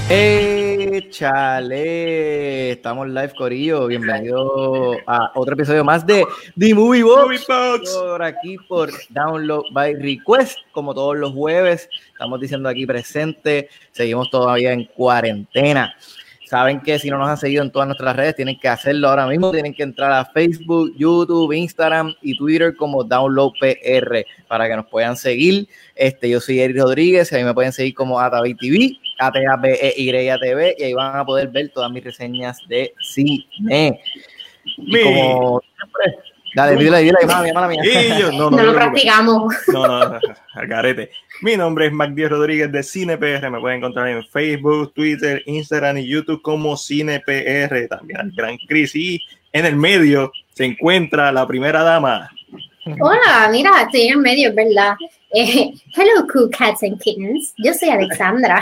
Échale, estamos live, Corillo. Bienvenido a otro episodio más de The Movie Box. Por aquí por Download by Request, como todos los jueves. Estamos diciendo aquí presente. Seguimos todavía en cuarentena. Saben que si no nos han seguido en todas nuestras redes, tienen que hacerlo ahora mismo. Tienen que entrar a Facebook, YouTube, Instagram y Twitter como Download PR para que nos puedan seguir. Yo soy Eric Rodríguez y a mí me pueden seguir como ATABTV, ATABEYTV, y ahí van a poder ver todas mis reseñas de cine. Y como siempre, dile, mala mía. No lo practicamos. No, garete. Mi nombre es Magdiel Rodríguez de CinePR. Me pueden encontrar en Facebook, Twitter, Instagram y YouTube como CinePR. También al Gran Chris. Y en el medio se encuentra la primera dama. Hola, mira, estoy en el medio, es verdad. Hello, cool cats and kittens. Yo soy Alexandra.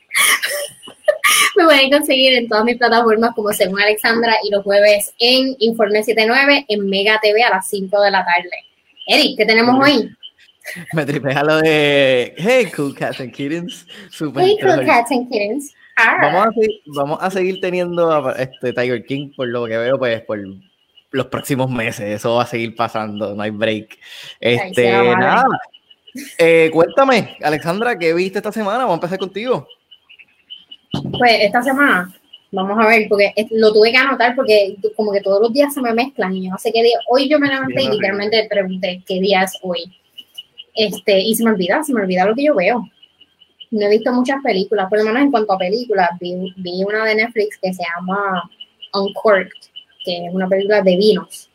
Me pueden conseguir en todas mis plataformas como Según Alexandra y los jueves en Informe 79 en Mega TV a las 5 de la tarde. Eric, ¿qué tenemos hoy? Me tripea lo de Hey, cool cats and kittens. Super Hey, cool cats and kittens. Vamos a seguir teniendo a Tiger King, por lo que veo, pues por los próximos meses. Eso va a seguir pasando, no hay break. Nada. Cuéntame, Alexandra, ¿qué viste esta semana? Vamos a empezar contigo. Pues esta semana, vamos a ver, porque lo tuve que anotar porque como que todos los días se me mezclan y yo no sé qué día. Hoy yo me levanté y literalmente pregunté qué día es hoy. Y se me olvida lo que yo veo. No he visto muchas películas, por lo menos en cuanto a películas, vi una de Netflix que se llama Uncorked, que es una película de vinos.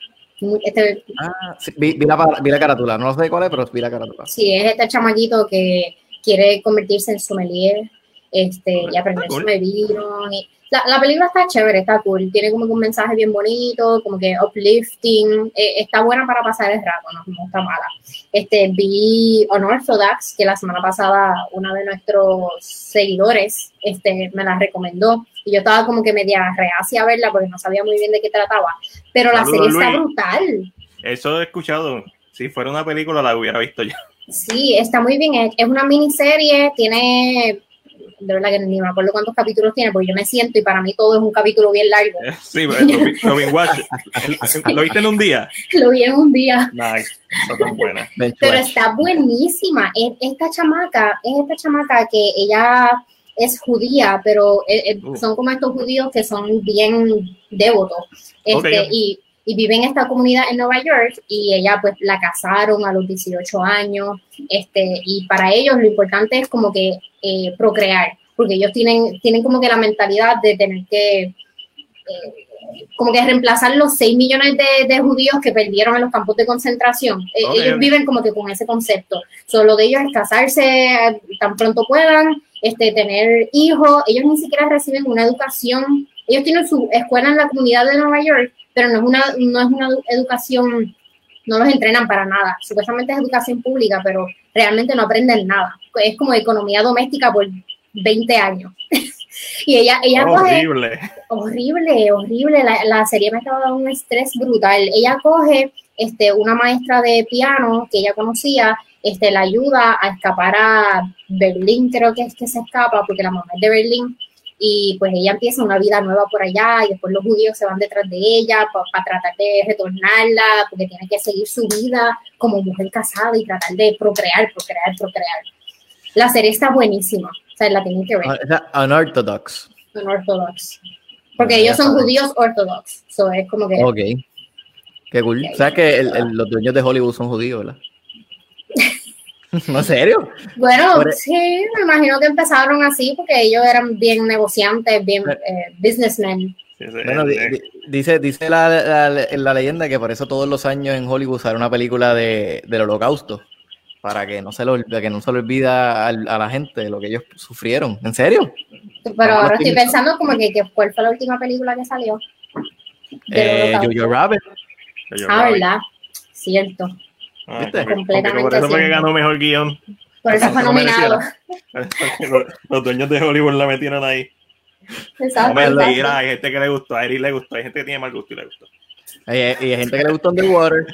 Sí, vi la carátula, no sé cuál es, pero vi la carátula. Sí, es este chamaquito que quiere convertirse en sommelier y aprender sobre vino. La película está chévere, está cool, tiene como que un mensaje bien bonito, como que uplifting, está buena para pasar el rato, no está mala. Vi Unorthodox, que la semana pasada una de nuestros seguidores me la recomendó, y yo estaba como que media reacia a verla porque no sabía muy bien de qué trataba, pero la serie está brutal. Eso he escuchado, si fuera una película la hubiera visto yo. Sí, está muy bien, es una miniserie, tiene... De verdad que ni me acuerdo cuántos capítulos tiene, porque yo me siento y para mí todo es un capítulo bien largo. Sí, lo vi watch. ¿Lo viste en un día? Lo vi en un día. Nice, está tan buena. Pero está buenísima. Esta chamaca que ella es judía, pero son como estos judíos que son bien devotos. Okay. Y vive en esta comunidad en Nueva York, y ella pues la casaron a los 18 años, y para ellos lo importante es como que procrear, porque ellos tienen como que la mentalidad de tener que como que reemplazar los 6 millones de judíos que perdieron en los campos de concentración. Ellos viven como que con ese concepto. Solo de ellos es casarse tan pronto puedan, tener hijos. Ellos ni siquiera reciben una educación. Ellos tienen su escuela en la comunidad de Nueva York, pero no es una educación, no los entrenan para nada. Supuestamente es educación pública, pero realmente no aprenden nada. Es como economía doméstica por 20 años. Y ella horrible. Horrible. La serie me estaba dando un estrés brutal. Ella coge una maestra de piano que ella conocía, la ayuda a escapar a Berlín, creo que es que se escapa, porque la mamá es de Berlín. Y pues ella empieza una vida nueva por allá, y después los judíos se van detrás de ella para tratar de retornarla, porque tiene que seguir su vida como mujer casada y tratar de procrear. La serie está buenísima, o sea, la tienen que ver. Unorthodox. Porque ellos son judíos ortodoxos, so es como que... Ok, qué cool. Okay. O sea que los dueños de Hollywood son judíos, ¿verdad? ¿No, en serio? Bueno, sí, me imagino que empezaron así porque ellos eran bien negociantes, bien businessmen. Bueno, dice la leyenda que por eso todos los años en Hollywood sale una película del Holocausto, para que no se le olvida a la gente lo que ellos sufrieron. ¿En serio? Pero ahora estoy pensando como que ¿cuál fue la última película que salió? Jojo Rabbit. ¿Verdad? Cierto. ¿Viste? Completamente por eso fue que ganó mejor guión. Por eso fue nominado. Los dueños de Hollywood la metieron ahí. Exacto. Hay gente que le gustó, a Eric le gustó, hay gente que tiene mal gusto y le gustó. Y hay gente que le gustó Underwater.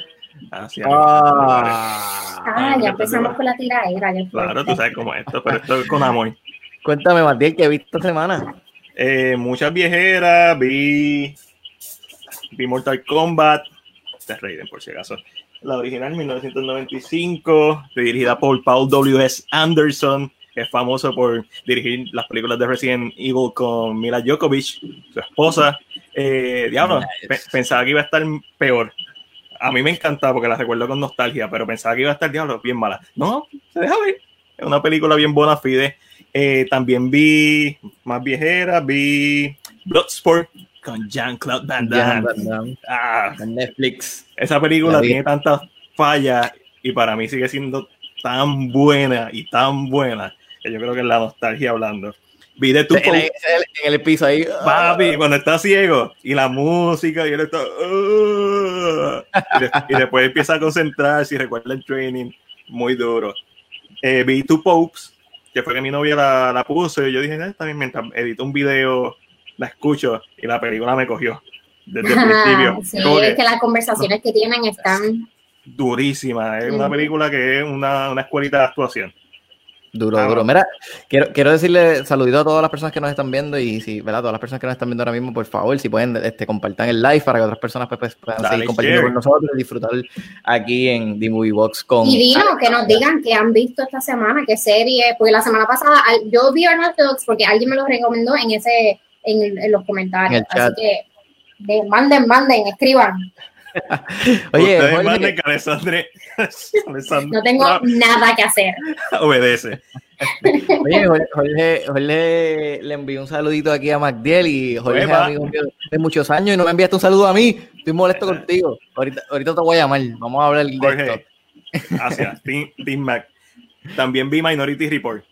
Ya empezamos con la tiradera. Claro, tú sabes cómo es esto, pero esto es con amor. Cuéntame, Matías, ¿qué viste esta semana? Muchas viejeras, vi Mortal Kombat, de Raiden por si acaso. La original, 1995, dirigida por Paul W.S. Anderson, que es famoso por dirigir las películas de Resident Evil con Mila Jovovich, su esposa. Diablo, pensaba que iba a estar peor. A mí me encantaba porque la recuerdo con nostalgia, pero pensaba que iba a estar, diablo, bien mala. No, se deja ver. Es una película bien bona fide. También vi más viejeras, vi Bloodsport con Jean-Claude Van Damme. En Netflix. Esa película tiene tantas fallas y para mí sigue siendo tan buena y tan buena que yo creo que es la nostalgia hablando. Vi de en el piso ahí. Papi, cuando está ciego y la música y él está y después empieza a concentrarse y recuerda el training muy duro. Vi Two Popes, que fue que mi novia la puso y yo dije, también mientras edito un video la escucho y la película me cogió desde el principio. Sí, es que las conversaciones que tienen están durísimas. Es una película que es una escuelita de actuación. Duro. Mira, quiero decirle saludito a todas las personas que nos están viendo y si, ¿verdad? Todas las personas que nos están viendo ahora mismo, por favor, si pueden, compartan el live para que otras personas pues puedan seguir compartiendo con nosotros y disfrutar aquí en The Movie Box con... Y dinos, que nos digan qué han visto esta semana, qué serie, porque la semana pasada yo vi Unorthodox porque alguien me lo recomendó en los comentarios, así que manden, escriban. Oye, Jorge, no tengo nada que hacer. Obedece. Oye, Jorge le envió un saludito aquí a MacDiel y Jorge es amigo mío de muchos años y no me enviaste un saludo a mí. Estoy molesto contigo. Ahorita te voy a llamar. Vamos a hablar de Jorge, esto. Gracias. Team Mac. También vi Minority Report.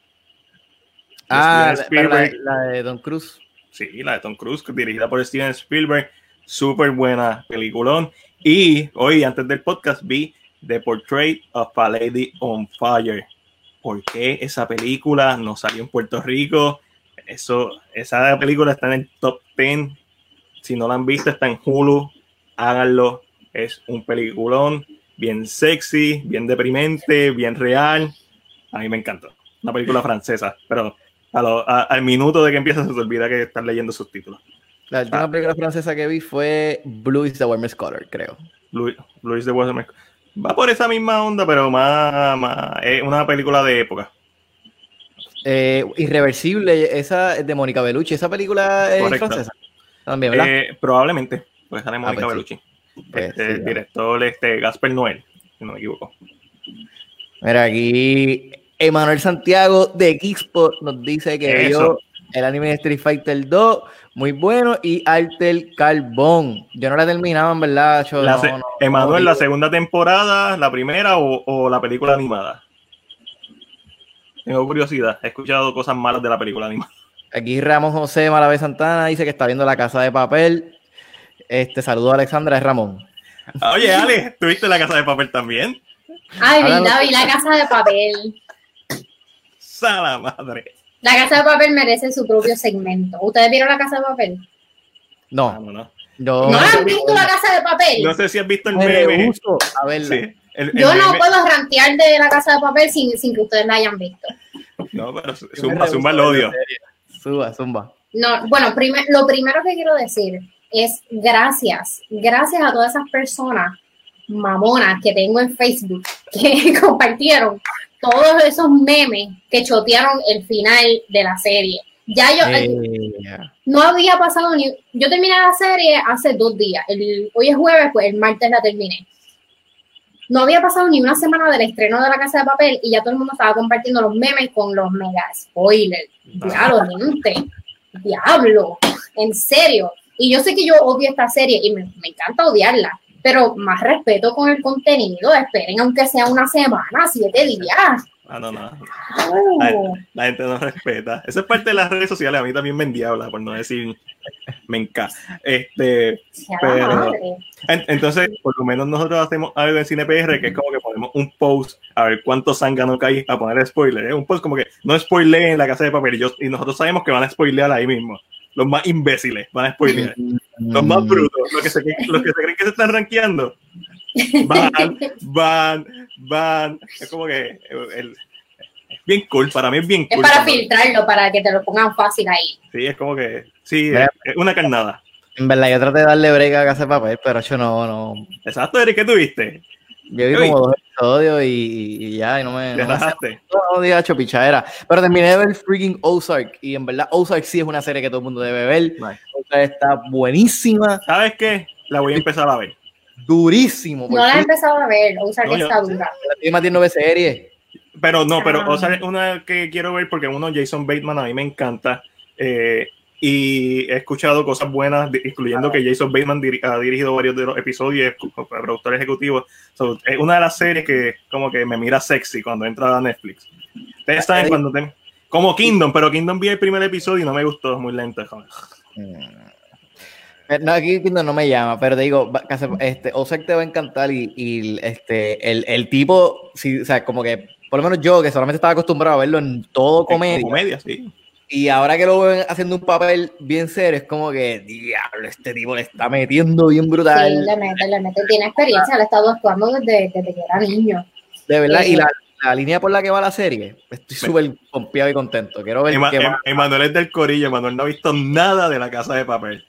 La de Tom Cruise. Sí, la de Tom Cruise, dirigida por Steven Spielberg. Súper buena peliculón. Y hoy, antes del podcast, vi The Portrait of a Lady on Fire. ¿Por qué esa película no salió en Puerto Rico? Esa película está en el top 10. Si no la han visto, está en Hulu. Háganlo. Es un peliculón bien sexy, bien deprimente, bien real. A mí me encantó. Una película francesa, pero al minuto de que empieza se te olvida que estás leyendo subtítulos. La última película francesa que vi fue Blue is the Warmest Color, creo. Blue is the Warmest Color. Va por esa misma onda, pero más es una película de época. Irreversible, esa es de Mónica Bellucci. ¿Esa película es francesa? También, ¿verdad? Probablemente, pues sale Mónica Bellucci. Pues, el director Gaspar Noé, si no me equivoco. Mira, aquí Emanuel Santiago de Xpo nos dice que vio el anime de Street Fighter 2, muy bueno, y Alter Carbón. Yo no la he terminado, en verdad. Emanuel, ¿la segunda temporada, la primera o la película animada? Tengo curiosidad. He escuchado cosas malas de la película animada. Aquí Ramón José Malavé Santana dice que está viendo La Casa de Papel. Saludo a Alexandra, es Ramón. Oye, Ale, ¿tuviste La Casa de Papel también? Ay, vi La Casa de Papel. ¡Sala madre! La Casa de Papel merece su propio segmento. ¿Ustedes vieron La Casa de Papel? No. ¿No han visto La Casa de Papel? No sé si has visto el meme. A verla. Sí, yo no puedo rantear de La Casa de Papel sin que ustedes la hayan visto. No, pero zumba el odio. Zumba. No, bueno, lo primero que quiero decir es gracias a todas esas personas mamonas que tengo en Facebook que compartieron todos esos memes que chotearon el final de la serie. Ya no había pasado ni... Yo terminé la serie hace 2 días. Hoy es jueves, pues el martes la terminé. No había pasado ni una semana del estreno de La Casa de Papel y ya todo el mundo estaba compartiendo los memes con los mega spoilers. Diablo, en serio. Y yo sé que yo odio esta serie y me encanta odiarla, pero más respeto con el contenido. Esperen aunque sea una semana, 7 días. No. La gente no respeta. Eso es parte de las redes sociales. A mí también me endiabla, por no decir me encanta. Pero entonces, por lo menos nosotros hacemos algo en CinePR que es como que ponemos un post a ver cuántos zángano cae a poner spoiler. Un post como que no spoileen La Casa de Papel y nosotros sabemos que van a spoilear ahí mismo. Los más imbéciles van a spoilear. Los más brutos, los que se creen que se están rankeando. Van. Es como que bien cool, para mí es bien cool. Es para filtrarlo, para que te lo pongan fácil ahí. Sí, es como que, sí, es una carnada. En verdad, yo traté de darle break a Casa de Papel, pero yo no. Exacto, Eric, ¿qué tuviste? Yo vi como 2 episodios y ya, y no me relajaste. No, día hecho pichadera. Pero terminé de ver freaking Ozark, y en verdad Ozark sí es una serie que todo el mundo debe ver. Ozark está buenísima. ¿Sabes qué? La voy a empezar a ver. Durísimo. No la he empezado a ver, Ozark está dura. La más de 9 series. Pero no, Ozark es una que quiero ver porque Jason Bateman a mí me encanta. Y he escuchado cosas buenas, incluyendo que Jason Bateman ha dirigido varios de los episodios, productor ejecutivo. Es una de las series que como que me mira sexy cuando entra a Netflix. Ustedes saben cuando como Kingdom, pero Kingdom vi el primer episodio y no me gustó, es muy lento. No, aquí Kingdom no me llama, pero te digo, Ozark te va a encantar y el tipo, sí, o sea, como que, por lo menos yo, que solamente estaba acostumbrado a verlo en todo comedia. Sí. Y ahora que lo ven haciendo un papel bien serio, es como que, diablo, este tipo le está metiendo bien brutal. Sí, le mete. Tiene experiencia, le ha estado actuando desde que era niño. De verdad, y la línea por la que va la serie, estoy súper pompeado y contento. Quiero ver Emanuel es del corillo, Emanuel no ha visto nada de La Casa de Papel.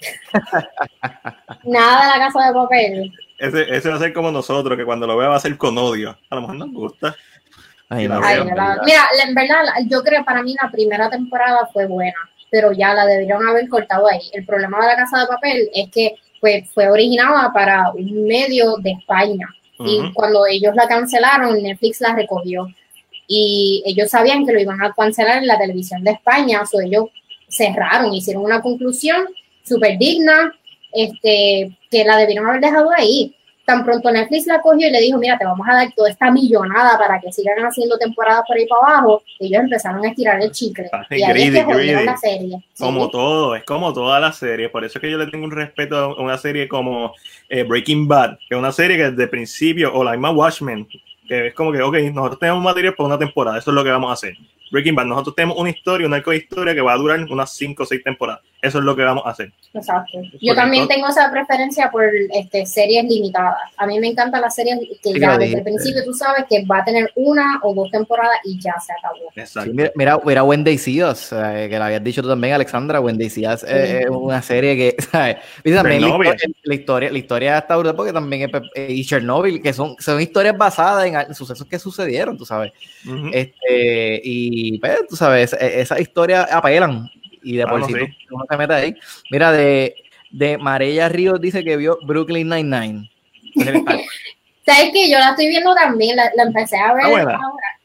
Nada de La Casa de Papel. Ese va a ser como nosotros, que cuando lo vea va a ser con odio. A lo mejor nos gusta. Mira, en verdad, yo creo que para mí la primera temporada fue buena, pero ya la debieron haber cortado ahí. El problema de La Casa de Papel es que fue originada para un medio de España, y cuando ellos la cancelaron, Netflix la recogió, y ellos sabían que lo iban a cancelar en la televisión de España, o ellos cerraron, hicieron una conclusión súper digna, que la debieron haber dejado ahí. Tan pronto Netflix la cogió y le dijo, mira, te vamos a dar toda esta millonada para que sigan haciendo temporadas por ahí para abajo, ellos empezaron a estirar el chicle. Y ahí es que jodieron la serie. Como ¿sí? todo, es como toda la serie. Por eso es que yo le tengo un respeto a una serie como Breaking Bad, que es una serie que desde el principio, o la misma Watchmen, que es como que, ok, nosotros tenemos material para una temporada, eso es lo que vamos a hacer. Breaking Bad, nosotros tenemos una historia, una arco de historia que va a durar unas 5 o 6 temporadas. Eso es lo que vamos a hacer. Exacto. Yo también tengo esa preferencia por series limitadas. A mí me encantan las series que ya desde el principio tú sabes que va a tener 1 o 2 temporadas y ya se acabó. Exacto. Sí, mira Wendy Seals, que la habías dicho tú también, Alexandra. Wendy Seals es una serie que, ¿sabes? Y también la historia está brutal porque también y Chernobyl, que son historias basadas en sucesos que sucedieron, tú sabes. Y pues, tú sabes, esas historias apelan. Y de por sí uno se mete ahí. Mira, de Marella Ríos dice que vio Brooklyn Nine-Nine. ¿Sabes qué? Yo la estoy viendo también, la empecé a ver ahora.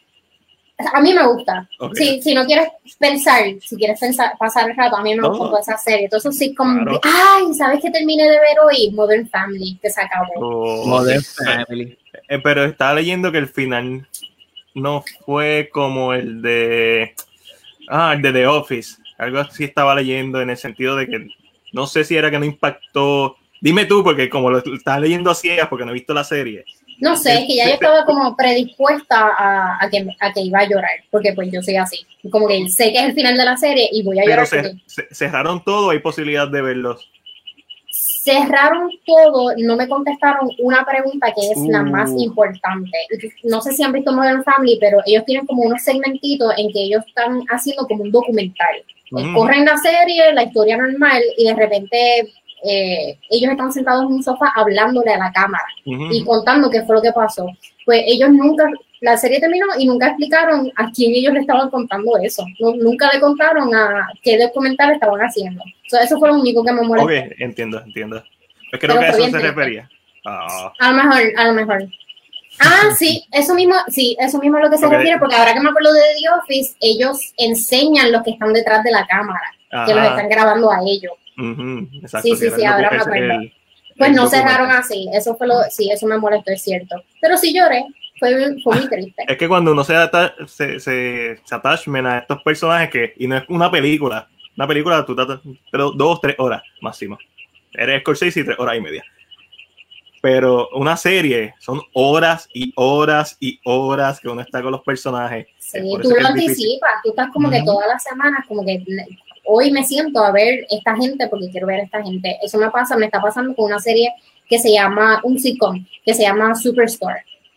A mí me gusta. Okay. Si no quieres pensar, si quieres pasar el rato, a mí me gusta toda esa serie. Entonces sí, como, ay, ¿sabes qué terminé de ver hoy? Modern Family, que se acabó. Modern Family. Pero estaba leyendo que el final no fue como el de The Office. Algo así estaba leyendo en el sentido de que no sé si era que no impactó. Dime tú, porque como lo estás leyendo así es porque no he visto la serie. No sé, es que ya yo estaba como predispuesta a que iba a llorar, porque pues yo soy así. Como que sé que es el final de la serie y voy a llorar. Pero cerraron todo, hay posibilidad de verlos. Cerraron todo, no me contestaron una pregunta que es la más importante. No sé si han visto Modern Family, pero ellos tienen como unos segmentitos en que ellos están haciendo como un documental. Corren la serie, la historia normal, y de repente ellos están sentados en un sofá hablándole a la cámara y contando qué fue lo que pasó. Pues ellos la serie terminó y nunca explicaron a quién ellos le estaban contando eso. Nunca le contaron a qué documental estaban haciendo. Eso fue lo único que me molestó. Ok, entiendo. Pues creo que a eso se refería. A lo mejor. Sí, eso mismo es lo que se refiere, porque ahora que me acuerdo de The Office, ellos enseñan los que están detrás de la cámara, que los están grabando a ellos. Exacto, sí, ahora me acuerdo. Pues no cerraron así, eso me molestó, es cierto. Pero sí lloré, fue muy triste. Es que cuando uno se attachment a estos personajes, y no es una película tú pero 2 o 3 horas máximo. Eres Scorsese y 3 horas y media. Pero una serie son horas y horas y horas que uno está con los personajes. Sí, tú lo anticipas, tú estás como que todas las semanas, como que hoy me siento a ver esta gente porque quiero ver a esta gente. Eso me está pasando con una serie que se llama, un sitcom, que se llama Superstore.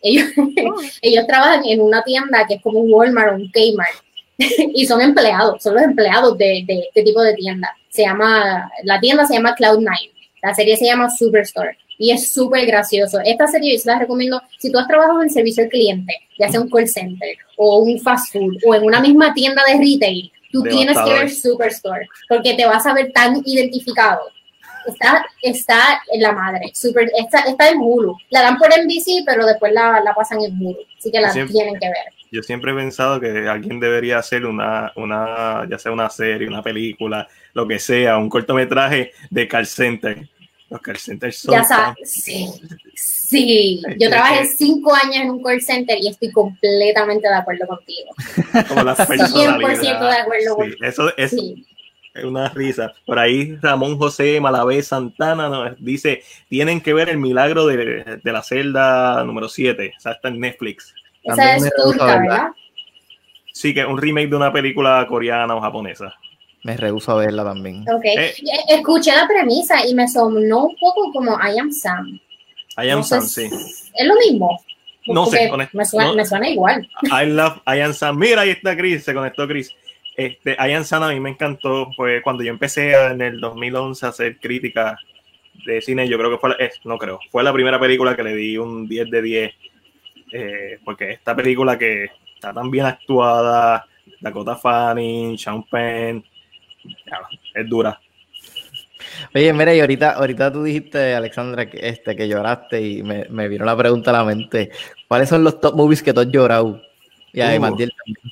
ellos trabajan en una tienda que es como un Walmart o un Kmart y son los empleados de este tipo de tienda. La tienda se llama Cloud9, la serie se llama Superstore y es súper gracioso. Esta serie yo se la recomiendo si tú has trabajado en servicio al cliente, ya sea un call center o un fast food o en una misma tienda de retail, tú tienes que ver Superstore porque te vas a ver tan identificado. Está en la madre, está en Hulu. La dan por NBC, pero después la pasan en Hulu, así que tienen que ver. Yo siempre he pensado que alguien debería hacer ya sea una serie, una película, lo que sea, un cortometraje de call center. Los call centers son... Ya sabes, sí. Yo trabajé 5 años en un call center y estoy completamente de acuerdo contigo. Como la 100% de acuerdo contigo. Eso es... Sí. Es una risa. Por ahí Ramón José Malavé Santana nos dice, tienen que ver El Milagro de la Celda número 7. O sea, está en Netflix. Esa es turca, ¿verdad? Sí, que es un remake de una película coreana o japonesa. Me rehúso a verla también. Okay. Escuché la premisa y me sonó un poco como I Am Sam. I Am Sam, sí. ¿Es lo mismo? No sé. Me suena igual. I Am Sam. Mira, ahí está Chris, se conectó Chris. I Am Sam a mí me encantó. Fue cuando yo empecé en el 2011 a hacer crítica de cine. Yo creo que fue la primera película que le di un 10 de 10. Porque esta película que está tan bien actuada, Dakota Fanning, Sean Penn, es dura. Oye, mira, y ahorita tú dijiste, Alexandra, que lloraste y me vino la pregunta a la mente. ¿Cuáles son los top movies que tú has llorado? Y además también.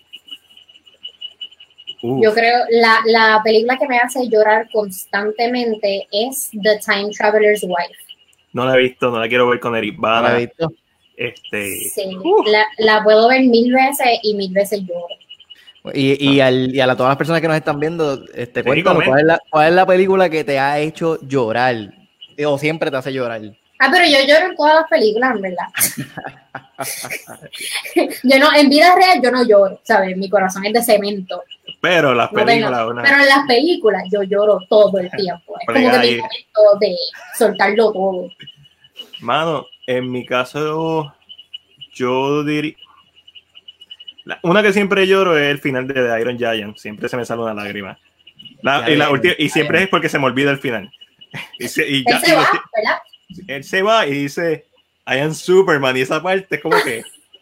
Yo creo la película que me hace llorar constantemente es The Time Traveler's Wife. No la he visto, no la quiero ver con Eric Bana. ¿No la he visto? Sí, la puedo ver 1000 veces y 1000 veces lloro. Y a todas las personas que nos están viendo, cuéntanos, ¿cuál es la película que te ha hecho llorar? O siempre te hace llorar. Pero yo lloro en todas las películas, en verdad. En vida real yo no lloro, ¿sabes? Mi corazón es de cemento. Pero en las películas... Pero en las películas yo lloro todo el tiempo. Es como que mi momento de soltarlo todo. Mano, en mi caso, yo diría... Una que siempre lloro es el final de The Iron Giant. Siempre se me sale una lágrima. Y siempre es porque se me olvida el final. ¿Verdad? Él se va y dice I am Superman, y esa parte es como que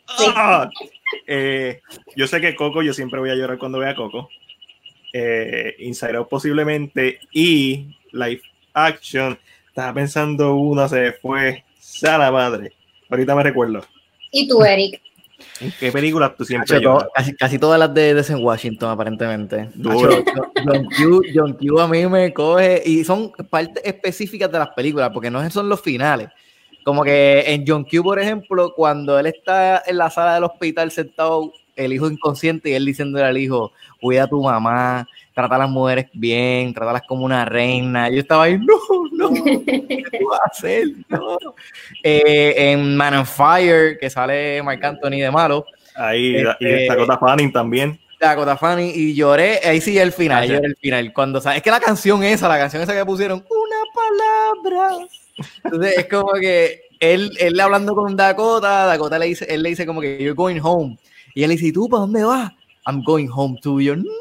yo sé que Coco, yo siempre voy a llorar cuando vea Coco. Inside Out posiblemente, y Live Action estaba pensando una, se fue a la madre, ahorita me recuerdo. ¿Y tú, Eric? ¿En qué película tú siempre lloras? Casi todas las de Denzel Washington, aparentemente. John Q a mí me coge, y son partes específicas de las películas, porque no son los finales. Como que en John Q, por ejemplo, cuando él está en la sala del hospital sentado, el hijo inconsciente, y él diciéndole al hijo, cuida a tu mamá, trata a las mujeres bien, trátalas como una reina. Yo estaba ahí, no, ¿qué tú vas a hacer? No. En Man on Fire, que sale Marc Anthony de malo. Ahí, y Dakota Fanning también. Dakota Fanning, y lloré, ahí sí el final, lloré el final. Cuando es que la canción esa que pusieron, una palabra. Entonces es como que él hablando con Dakota él le dice como que you're going home. Y él dice, ¿y tú para dónde vas? I'm going home too. Y yo, no.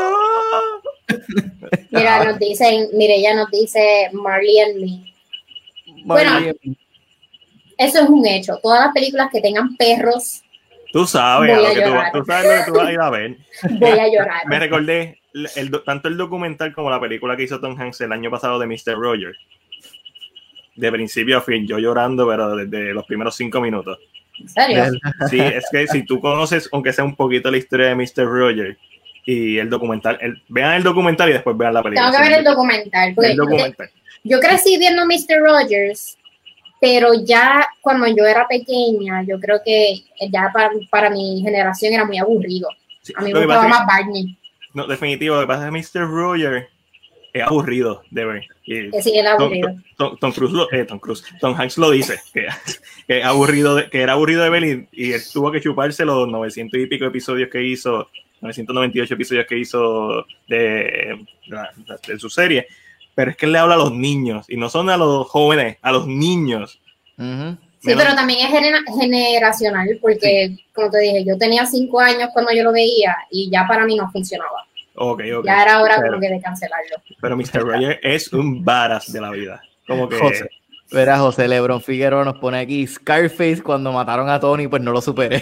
Mira, ella nos dice Marley and Me. Bueno, eso es un hecho. Todas las películas que tengan perros, tú sabes lo que tú vas a ir a ver. Voy a llorar. Me recordé tanto el documental como la película que hizo Tom Hanks el año pasado de Mr. Rogers. De principio a fin, yo llorando, pero desde los primeros 5 minutos. ¿En serio? Sí, es que si tú conoces, aunque sea un poquito la historia de Mr. Rogers y el documental, vean el documental y después vean la película. Tengo que ver el documental. Yo crecí viendo Mr. Rogers, pero ya cuando yo era pequeña, yo creo que ya para mi generación era muy aburrido. Sí, a mí me gustaba más Barney. No, definitivo, lo que pasa es que Mr. Rogers es aburrido de ver. Sí, es aburrido. Tom Hanks lo dice, que era aburrido de ver, y él tuvo que chuparse los 900 y pico episodios que hizo, 998 episodios que hizo de su serie, pero es que él le habla a los niños, y no son a los jóvenes, a los niños. Uh-huh. Sí, pero también es generacional, porque, como te dije, yo tenía 5 años cuando yo lo veía y ya para mí no funcionaba. Okay. Ya era hora como que de cancelarlo. Pero Mr. Roger es un varas de la vida. Como que... José Lebron Figueroa nos pone aquí Scarface cuando mataron a Tony, pues no lo superé.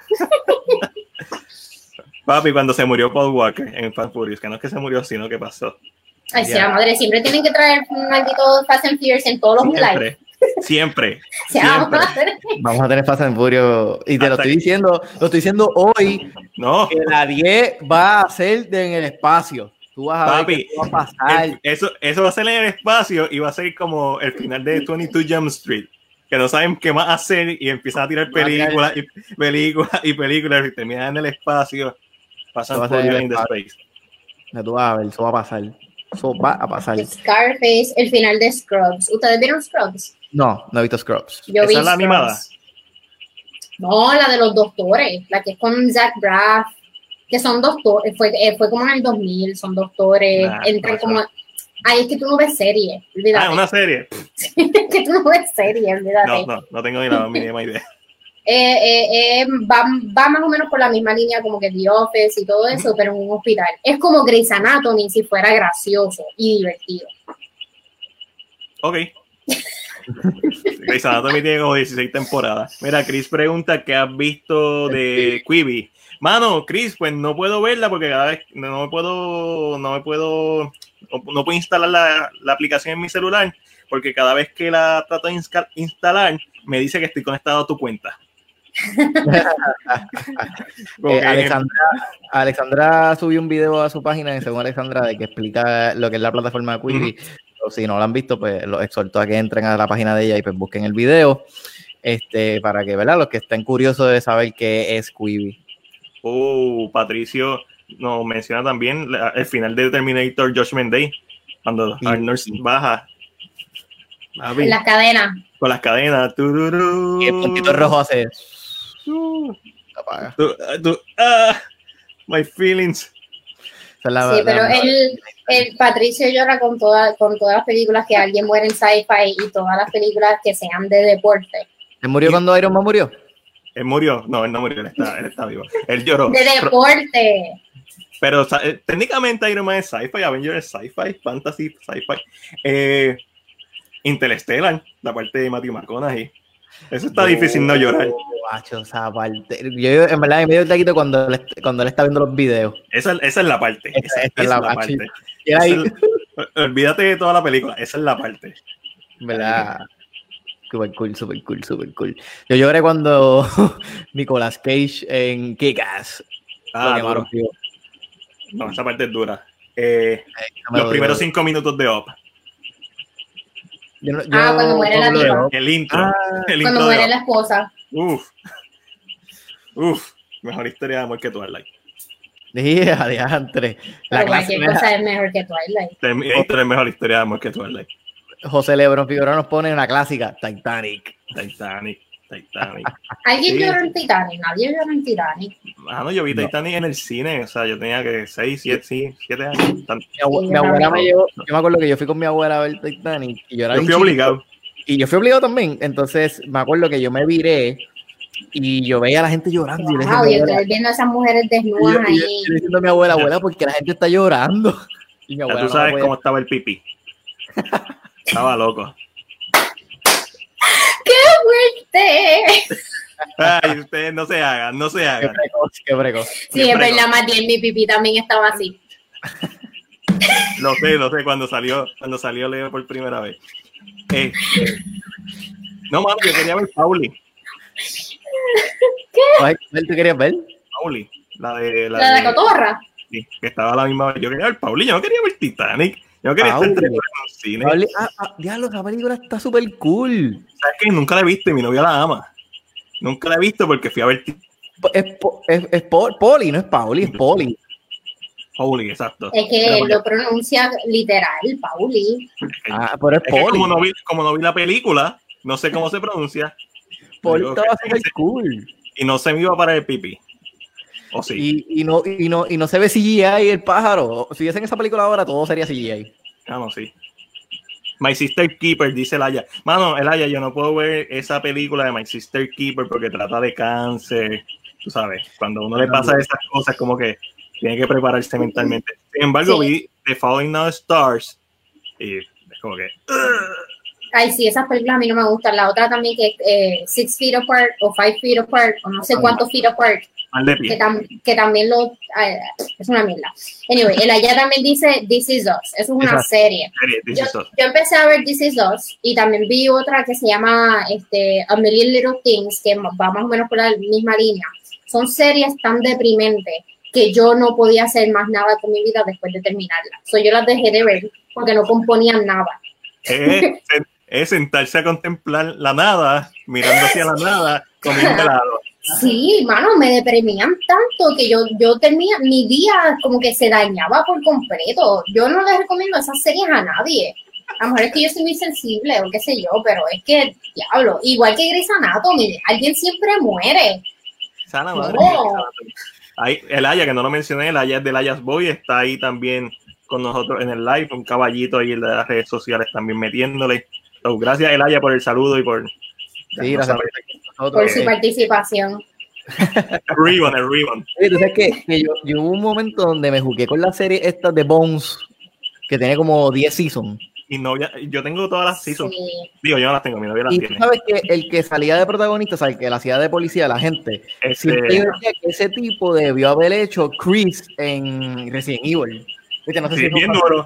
Papi, cuando se murió Paul Walker en Fast Furious, que no es que se murió, sino que pasó. Ay, sí, la madre, siempre tienen que traer un maldito Fast and Furious en todos los lives. Siempre. Vamos a tener Fast and Furious. Y te lo estoy diciendo hoy. No. Que la 10 va a ser en el espacio. Tú vas a ver que va a pasar. Eso va a ser en el espacio y va a ser como el final de 22 Jump Street. Que no saben qué más hacer y empiezan a tirar películas y terminan en el espacio. Pasan por in the space. Tú vas a ver, eso va a pasar. Eso va a pasar. Scarface, el final de Scrubs. ¿Ustedes vieron Scrubs? No he visto Scrubs. Yo vi ¿Esa es la animada? No, la de los doctores, la que es con Zach Braff, que son doctores, fue como en el 2000, son doctores, entran como... Ay, es que tú no ves serie, olvídate. Una serie. Es que tú no ves serie, olvídate. No tengo ni la mínima idea. Va más o menos por la misma línea como que The Office y todo eso, pero en un hospital. Es como Grey's Anatomy si fuera gracioso y divertido. Ok. Grey's Anatomy tiene como 16 temporadas. Mira, Chris pregunta qué has visto de Quibi. Mano, Chris, pues no puedo verla porque cada vez no puedo instalar la aplicación en mi celular porque cada vez que la trato de instalar me dice que estoy conectado a tu cuenta. Alexandra subió un video a su página y según Alexandra de que explica lo que es la plataforma de Quibi. Si no lo han visto, pues los exhorto a que entren a la página de ella y pues busquen el video para que, ¿verdad? Los que estén curiosos de saber qué es Quibi. Patricio nos menciona también el final de Terminator Judgment Day, cuando Arnold baja en las cadenas. Con las cadenas. Y el puntito rojo hace. Apaga. My feelings. Sí, pero el Patricio llora con todas las películas que alguien muere en sci-fi y todas las películas que sean de deporte. ¿Él murió cuando Iron Man murió? Él murió. No, él no murió. Él está vivo. Él lloró. De deporte. Pero técnicamente Iron Man es sci-fi, Avengers es sci-fi, fantasy, sci-fi. Interstellar, la parte de Matthew McConaughey. Eso está difícil no llorar. Bacho, esa parte. Yo en verdad me dio el taquito cuando él está viendo los videos. Esa es la parte. Esa es la parte. Olvídate de toda la película. Esa es la parte. ¿Verdad? Super cool. Yo lloré cuando Nicolas Cage en Kick-Ass. No, esa parte es dura. Los primeros 5 minutos de Op. Cuando muere la diva. El intro. Cuando muere la esposa. Mejor historia de amor que Twilight. Adiantre. Cualquier cosa es mejor que Twilight. Es mejor historia de amor que Twilight. José Lebron Figueroa nos pone una clásica, Titanic. ¿Alguien lloró en Titanic? Nadie lloró en Titanic. Yo vi Titanic en el cine, o sea, yo tenía que 6, 7 años. Mi abuela me llevó, yo me acuerdo que yo fui con mi abuela a ver Titanic y yo fui obligado. Y yo fui obligado también, entonces me acuerdo que yo me viré y yo veía a la gente llorando. Y estoy viendo a esas mujeres desnudas ahí. Yo diciendo a mi abuela, porque la gente está llorando. Y mi abuela ya tú sabes cómo estaba el pipí. Estaba loco. ¡Qué fuerte! Ay, ustedes no se hagan. Qué precoz. Sí, es verdad, más bien mi pipí también estaba así. Lo sé, cuando salió Leo por primera vez. No, mano, yo quería ver Pauli. ¿Qué? ¿Tú querías ver? Pauli, la de Cotorra. Sí, que estaba a la misma vez. Yo quería ver Pauli, yo no quería ver Titanic. Yo quería estar en el cine. Diablo, esa película está súper cool. ¿Sabes qué? Nunca la he visto y mi novia la ama. Nunca la he visto porque fui a ver. Es Poli, no es Pauli, es Poli. Pauli, exacto. Es que lo pronuncia literal, Pauli. Pero es Poli. Como no vi la película, no sé cómo se pronuncia. Poli estaba súper cool. Y no se me iba para el pipí. ¿O sí? Y no se ve CGI el pájaro. Si hacen esa película ahora, todo sería CGI. No, sí. My Sister Keeper, dice Elaya. Mano, Elaya, yo no puedo ver esa película de My Sister Keeper porque trata de cáncer. Tú sabes, cuando uno le pasa esas cosas, como que tiene que prepararse mentalmente. Sin embargo, vi The Falling Now Stars y es como que... Ay, sí, esas películas a mí no me gustan. La otra también que es 6 Feet Apart o 5 Feet Apart o no sé cuántos feet apart. Que también es una mierda. Anyway, él allá también dice This Is Us. Eso es una serie. Yo empecé a ver This Is Us y también vi otra que se llama A Million Little Things, que va más o menos por la misma línea. Son series tan deprimentes que yo no podía hacer más nada con mi vida después de terminarla. Yo las dejé de ver porque no componían nada. Es sentarse a contemplar la nada, mirando hacia la nada, comiendo helado. Sí, mano, me deprimían tanto que yo tenía, mi día como que se dañaba por completo. Yo no les recomiendo esas series a nadie. A lo mejor es que yo soy muy sensible o qué sé yo, pero es que, diablo, igual que Grey's Anatomy, alguien siempre muere. Sana madre. Ahí, Elaya, que no lo mencioné, Elaya es de Elias Boy, está ahí también con nosotros en el live, un caballito ahí de las redes sociales también metiéndole. So, gracias, Elaya, por el saludo y por... Sí, gracias por su participación. El ribbon. Entonces que yo hubo un momento donde me jugué con la serie esta de Bones, que tiene como 10 seasons. Mi novia, yo tengo todas las seasons. Sí. Digo, yo no las tengo, mi novia las tiene. Y tú sabes que el que salía de protagonista, o sea, el que la hacía de policía, la gente, siempre decía que ese tipo debió haber hecho Chris en Resident Evil. ¿Viste? No sé si bien duro.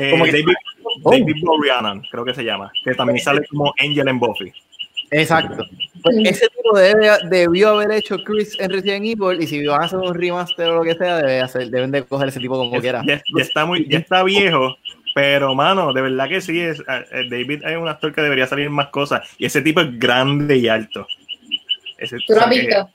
David Boreanaz, creo que se llama, que también sale como Angel en Buffy. Exacto. Pues ese tipo debió haber hecho Chris en Resident Evil, y si van a hacer un remaster o lo que sea, deben de coger ese tipo como quiera. Ya está viejo, pero mano, de verdad que sí, David es un actor que debería salir en más cosas, y ese tipo es grande y alto. ¿Tú lo has visto?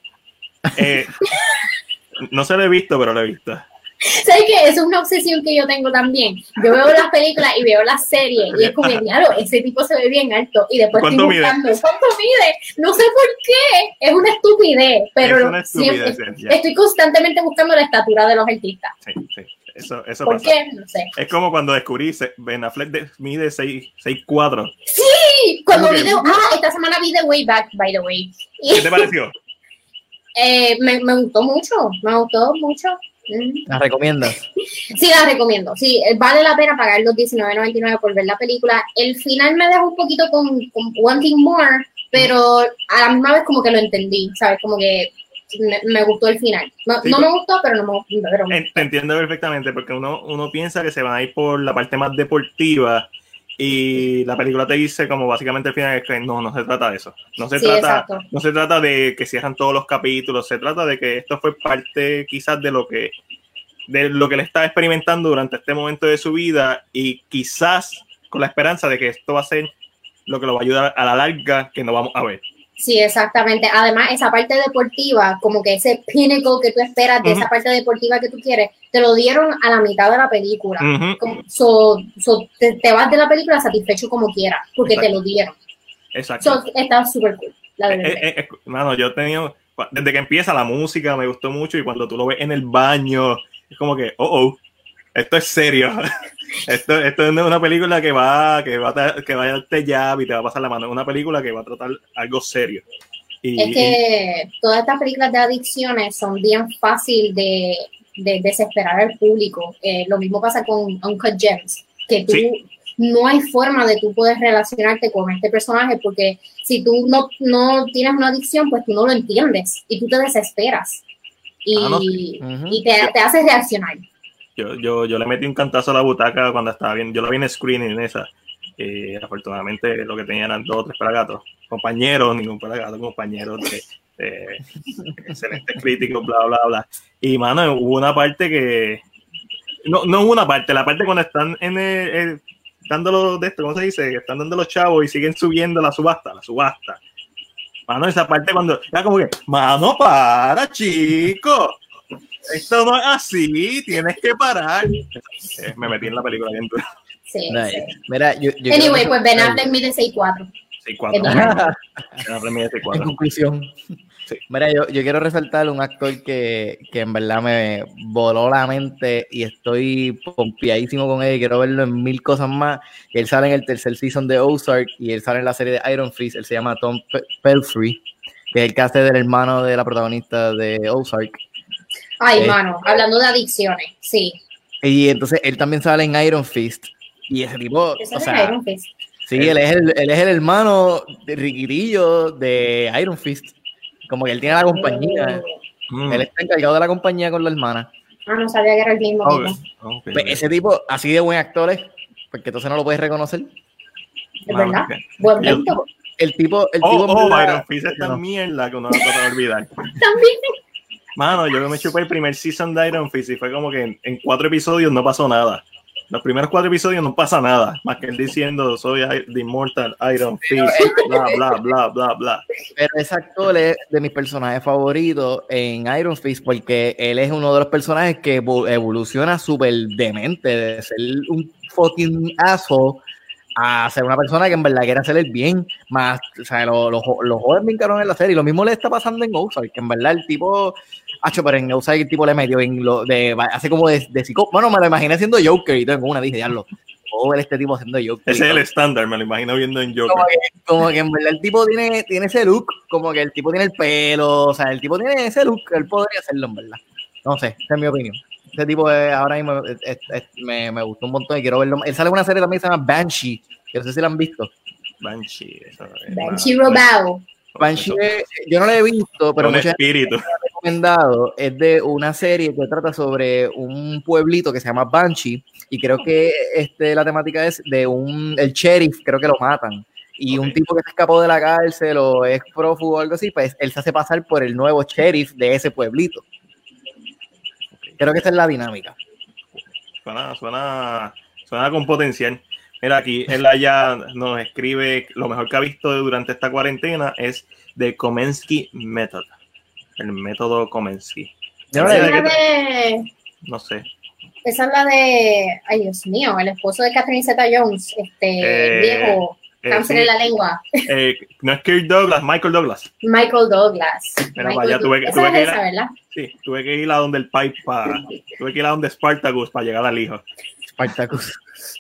No se lo he visto, pero lo he visto. ¿Sabes qué? Eso es una obsesión que yo tengo también. Yo veo las películas y veo las series y es como, claro, ese tipo se ve bien alto y después estoy buscando, ¿cuánto mide? No sé por qué, es una estupidez, pero estoy constantemente buscando la estatura de los artistas. Sí. Eso ¿Por pasa. qué? No sé. Es como cuando descubrí Ben Affleck mide 6'4". Sí, cuando esta semana vi The Way Back, by the way. ¿Qué te pareció? Me gustó mucho. ¿La recomiendas? Sí, la recomiendo. Sí, vale la pena pagar los $19.99 por ver la película. El final me dejó un poquito con wanting more, pero a la misma vez como que lo entendí, ¿sabes? Como que me gustó el final. No me gustó, pero no me gustó. Te entiendo perfectamente, porque uno piensa que se van a ir por la parte más deportiva y la película te dice como básicamente al final es que no se trata de eso. No se trata de que cierran todos los capítulos, se trata de que esto fue parte quizás de lo que le está experimentando durante este momento de su vida, y quizás con la esperanza de que esto va a ser lo que lo va a ayudar a la larga, que no vamos a ver. Sí, exactamente. Además, esa parte deportiva, como que ese pinnacle que tú esperas de esa parte deportiva que tú quieres, te lo dieron a la mitad de la película. Te vas de la película satisfecho como quieras, porque te lo dieron. Exacto. Está súper cool. Mano, yo he tenido, desde que empieza la música me gustó mucho, y cuando tú lo ves en el baño, es como que, esto es serio. Esto es una película que va a darte jab y te va a pasar la mano. Es una película que va a tratar algo serio. Es que todas estas películas de adicciones son bien fácil de desesperar al público. Lo mismo pasa con Uncut Gems, que tú no hay forma de tú poder relacionarte con este personaje, porque si tú no tienes una adicción, pues tú no lo entiendes y tú te desesperas y te haces reaccionar. Yo le metí un cantazo a la butaca cuando estaba bien. Yo la vi en screening en esa. Afortunadamente lo que tenían eran 2 o 3 pelagatos. Ningún pelagato, compañeros de excelentes críticos, bla, bla, bla. Y, mano, hubo una parte que... No hubo una parte. La parte cuando están dándolo de esto, ¿cómo se dice? Están dando los chavos y siguen subiendo la subasta. Mano, esa parte cuando... Era como que, mano, para, chico. Esto no es así, tienes que parar. Me metí en la película bien dura. Sí. Mira, anyway, pues Ben Affleck mide 6'4". Sí, 4. En conclusión. Sí. Mira, yo quiero resaltar un actor que en verdad me voló la mente y estoy pompiadísimo con él y quiero verlo en 1000 cosas más. Él sale en el tercer season de Ozark y él sale en la serie de Iron Fist. Él se llama Tom Pelphrey, que es el que hace del hermano de la protagonista de Ozark. Ay, mano, hablando de adicciones, sí. Y entonces él también sale en Iron Fist y ese tipo, o sea, Iron Fist. Sí, él es el hermano de riquitillo de Iron Fist. Como que él tiene la compañía. Él está encargado de la compañía con la hermana. No sabía que era el mismo. Okay. Pues ese tipo, así de buen actor es, porque entonces no lo puedes reconocer. Es verdad. Buen momento. El tipo Iron Fist es tan mierda que uno no puede olvidar. También. Mano, yo me chupé el primer season de Iron Fist y fue como que en 4 episodios no pasó nada. Los primeros 4 episodios no pasa nada, más que él diciendo soy The Immortal Iron Fist, bla, bla, bla, bla, bla. Pero ese actor es de mis personajes favoritos en Iron Fist porque él es uno de los personajes que evoluciona súper demente de ser un fucking asshole a ser una persona que en verdad quiere hacer el bien, más, o sea, los jóvenes brincaron en la serie y lo mismo le está pasando en Ozark, que en verdad el tipo... pero en Ozark el tipo le metió hace como de psicópata. Bueno, me lo imaginé siendo Joker y tengo una dije, diablo, puedo ver este tipo haciendo Joker. Ese es el estándar, me lo imagino viendo en Joker. Como que en verdad el tipo tiene ese look, como que el tipo tiene el pelo, o sea, el tipo tiene ese look, él podría hacerlo en verdad. No sé, esa es mi opinión. Ese tipo ahora mismo me gustó un montón y quiero verlo. Él sale en una serie también que se llama Banshee, que no sé si la han visto. Banshee Robao. Banshee, yo no la he visto, pero mucha gente me ha recomendado. Es de una serie que trata sobre un pueblito que se llama Banshee y creo que la temática es de el sheriff, creo que lo matan y un tipo que se escapó de la cárcel o es prófugo o algo así, pues él se hace pasar por el nuevo sheriff de ese pueblito. Creo que esa es la dinámica. Suena con potencial. Mira, aquí él allá nos escribe lo mejor que ha visto durante esta cuarentena es The Kominsky Method. El método Kominsky. No sé. Esa es la de, ay Dios mío, el esposo de Catherine Zeta-Jones, el viejo, cáncer en la lengua. No es Kirk Douglas, Michael Douglas. Michael Douglas. Pero vaya, tuve que ir a donde el pipe tuve que ir a donde Spartacus para llegar al hijo. Spartacus.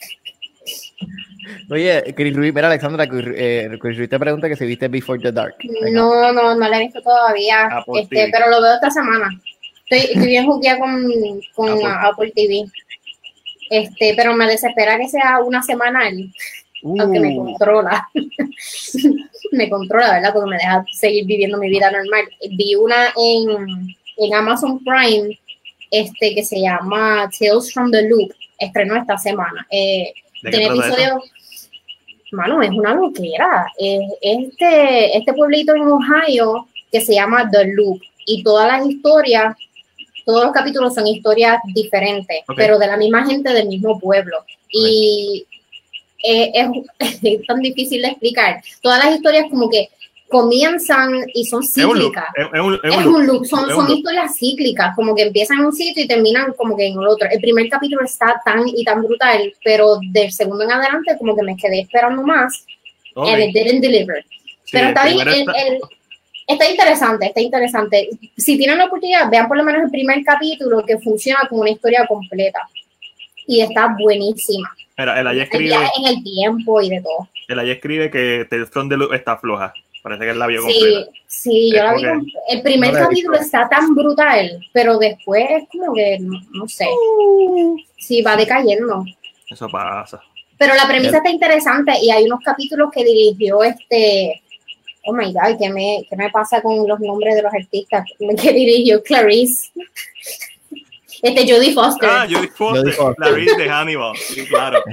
Oye, Chris Ruiz, mira Alexandra, Chris Ruiz te pregunta que si viste Before the Dark. No la he visto todavía, pero lo veo esta semana. Estoy bien jugueada con Apple TV. Pero me desespera que sea una semanal, aunque me controla. Me controla, ¿verdad? Porque me deja seguir viviendo mi vida normal. Vi una en Amazon Prime, que se llama Tales from the Loop. Estrenó esta semana. Tiene episodios. Mano, es una loquera. Este pueblito en Ohio que se llama The Loop y todas las historias, todos los capítulos son historias diferentes, pero de la misma gente del mismo pueblo. Y es tan difícil de explicar. Todas las historias como que comienzan y son cíclicas. Es un loop. Son historias cíclicas, como que empiezan en un sitio y terminan como que en el otro. El primer capítulo está tan brutal, pero del segundo en adelante como que me quedé esperando más. And it didn't deliver. Sí, pero está bien, está interesante. Si tienen la oportunidad, vean por lo menos el primer capítulo que funciona como una historia completa. Y está buenísima. Mira, él allá escribe en el tiempo y de todo. Él allá escribe que Tales from the Loop está floja. Parece que él la vio completa. Sí, yo la vi. El primer capítulo está tan brutal, pero después es como que, no sé. Sí, va decayendo. Eso pasa. Pero la premisa está interesante y hay unos capítulos que dirigió oh my God, ¿qué me pasa con los nombres de los artistas? Que dirigió Clarice. Jodie Foster. Jodie Foster. Clarice de Hannibal. Sí, claro.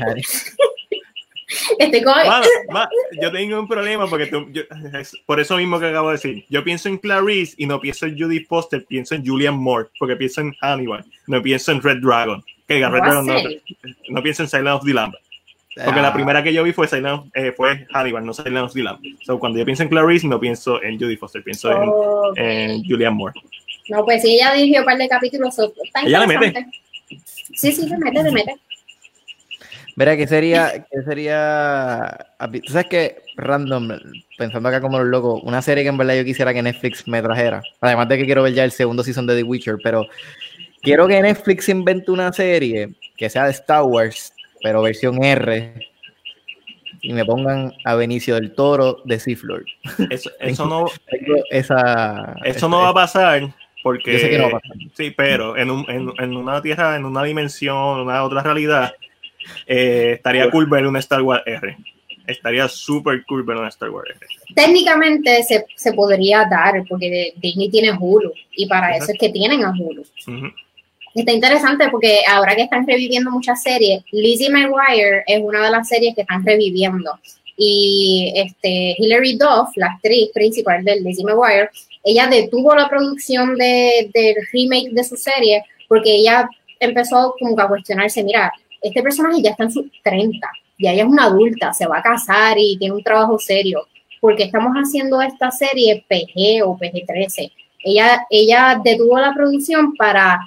Yo tengo un problema porque por eso mismo que acabo de decir. Yo pienso en Clarice y no pienso en Jodie Foster, pienso en Julianne Moore, porque pienso en Hannibal, no pienso en Red Dragon. No pienso en Silence of the Lambs. Porque la primera que yo vi fue Hannibal, no Silence of the Lambs. Cuando yo pienso en Clarice, no pienso en Jodie Foster, pienso en Julianne Moore. No, pues sí, ella dirigió un par de capítulos. Está ella le mete. Sí, le mete. Verá, ¿qué sería? Tú sabes que, random, pensando acá como los locos, una serie que en verdad yo quisiera que Netflix me trajera, además de que quiero ver ya el segundo season de The Witcher, pero quiero que Netflix invente una serie que sea de Star Wars, pero versión R, y me pongan a Benicio del Toro de Sith Lord. Eso no va a pasar. Porque, yo sé que no va a pasar. Sí, pero en una tierra, en una dimensión, una otra realidad, estaría cool ver un Star Wars R. Estaría súper cool ver un Star Wars R. Técnicamente se podría dar, porque Disney tiene Hulu, y para eso es que tienen a Hulu. Está interesante porque ahora que están reviviendo muchas series, Lizzie McGuire es una de las series que están reviviendo. Y Hilary Duff, la actriz principal de Lizzie McGuire, ella detuvo la producción del remake de su serie porque ella empezó como que a cuestionarse, mira, este personaje ya está en sus 30, ya ella es una adulta, se va a casar y tiene un trabajo serio. ¿Por qué estamos haciendo esta serie PG o PG-13? Ella detuvo la producción para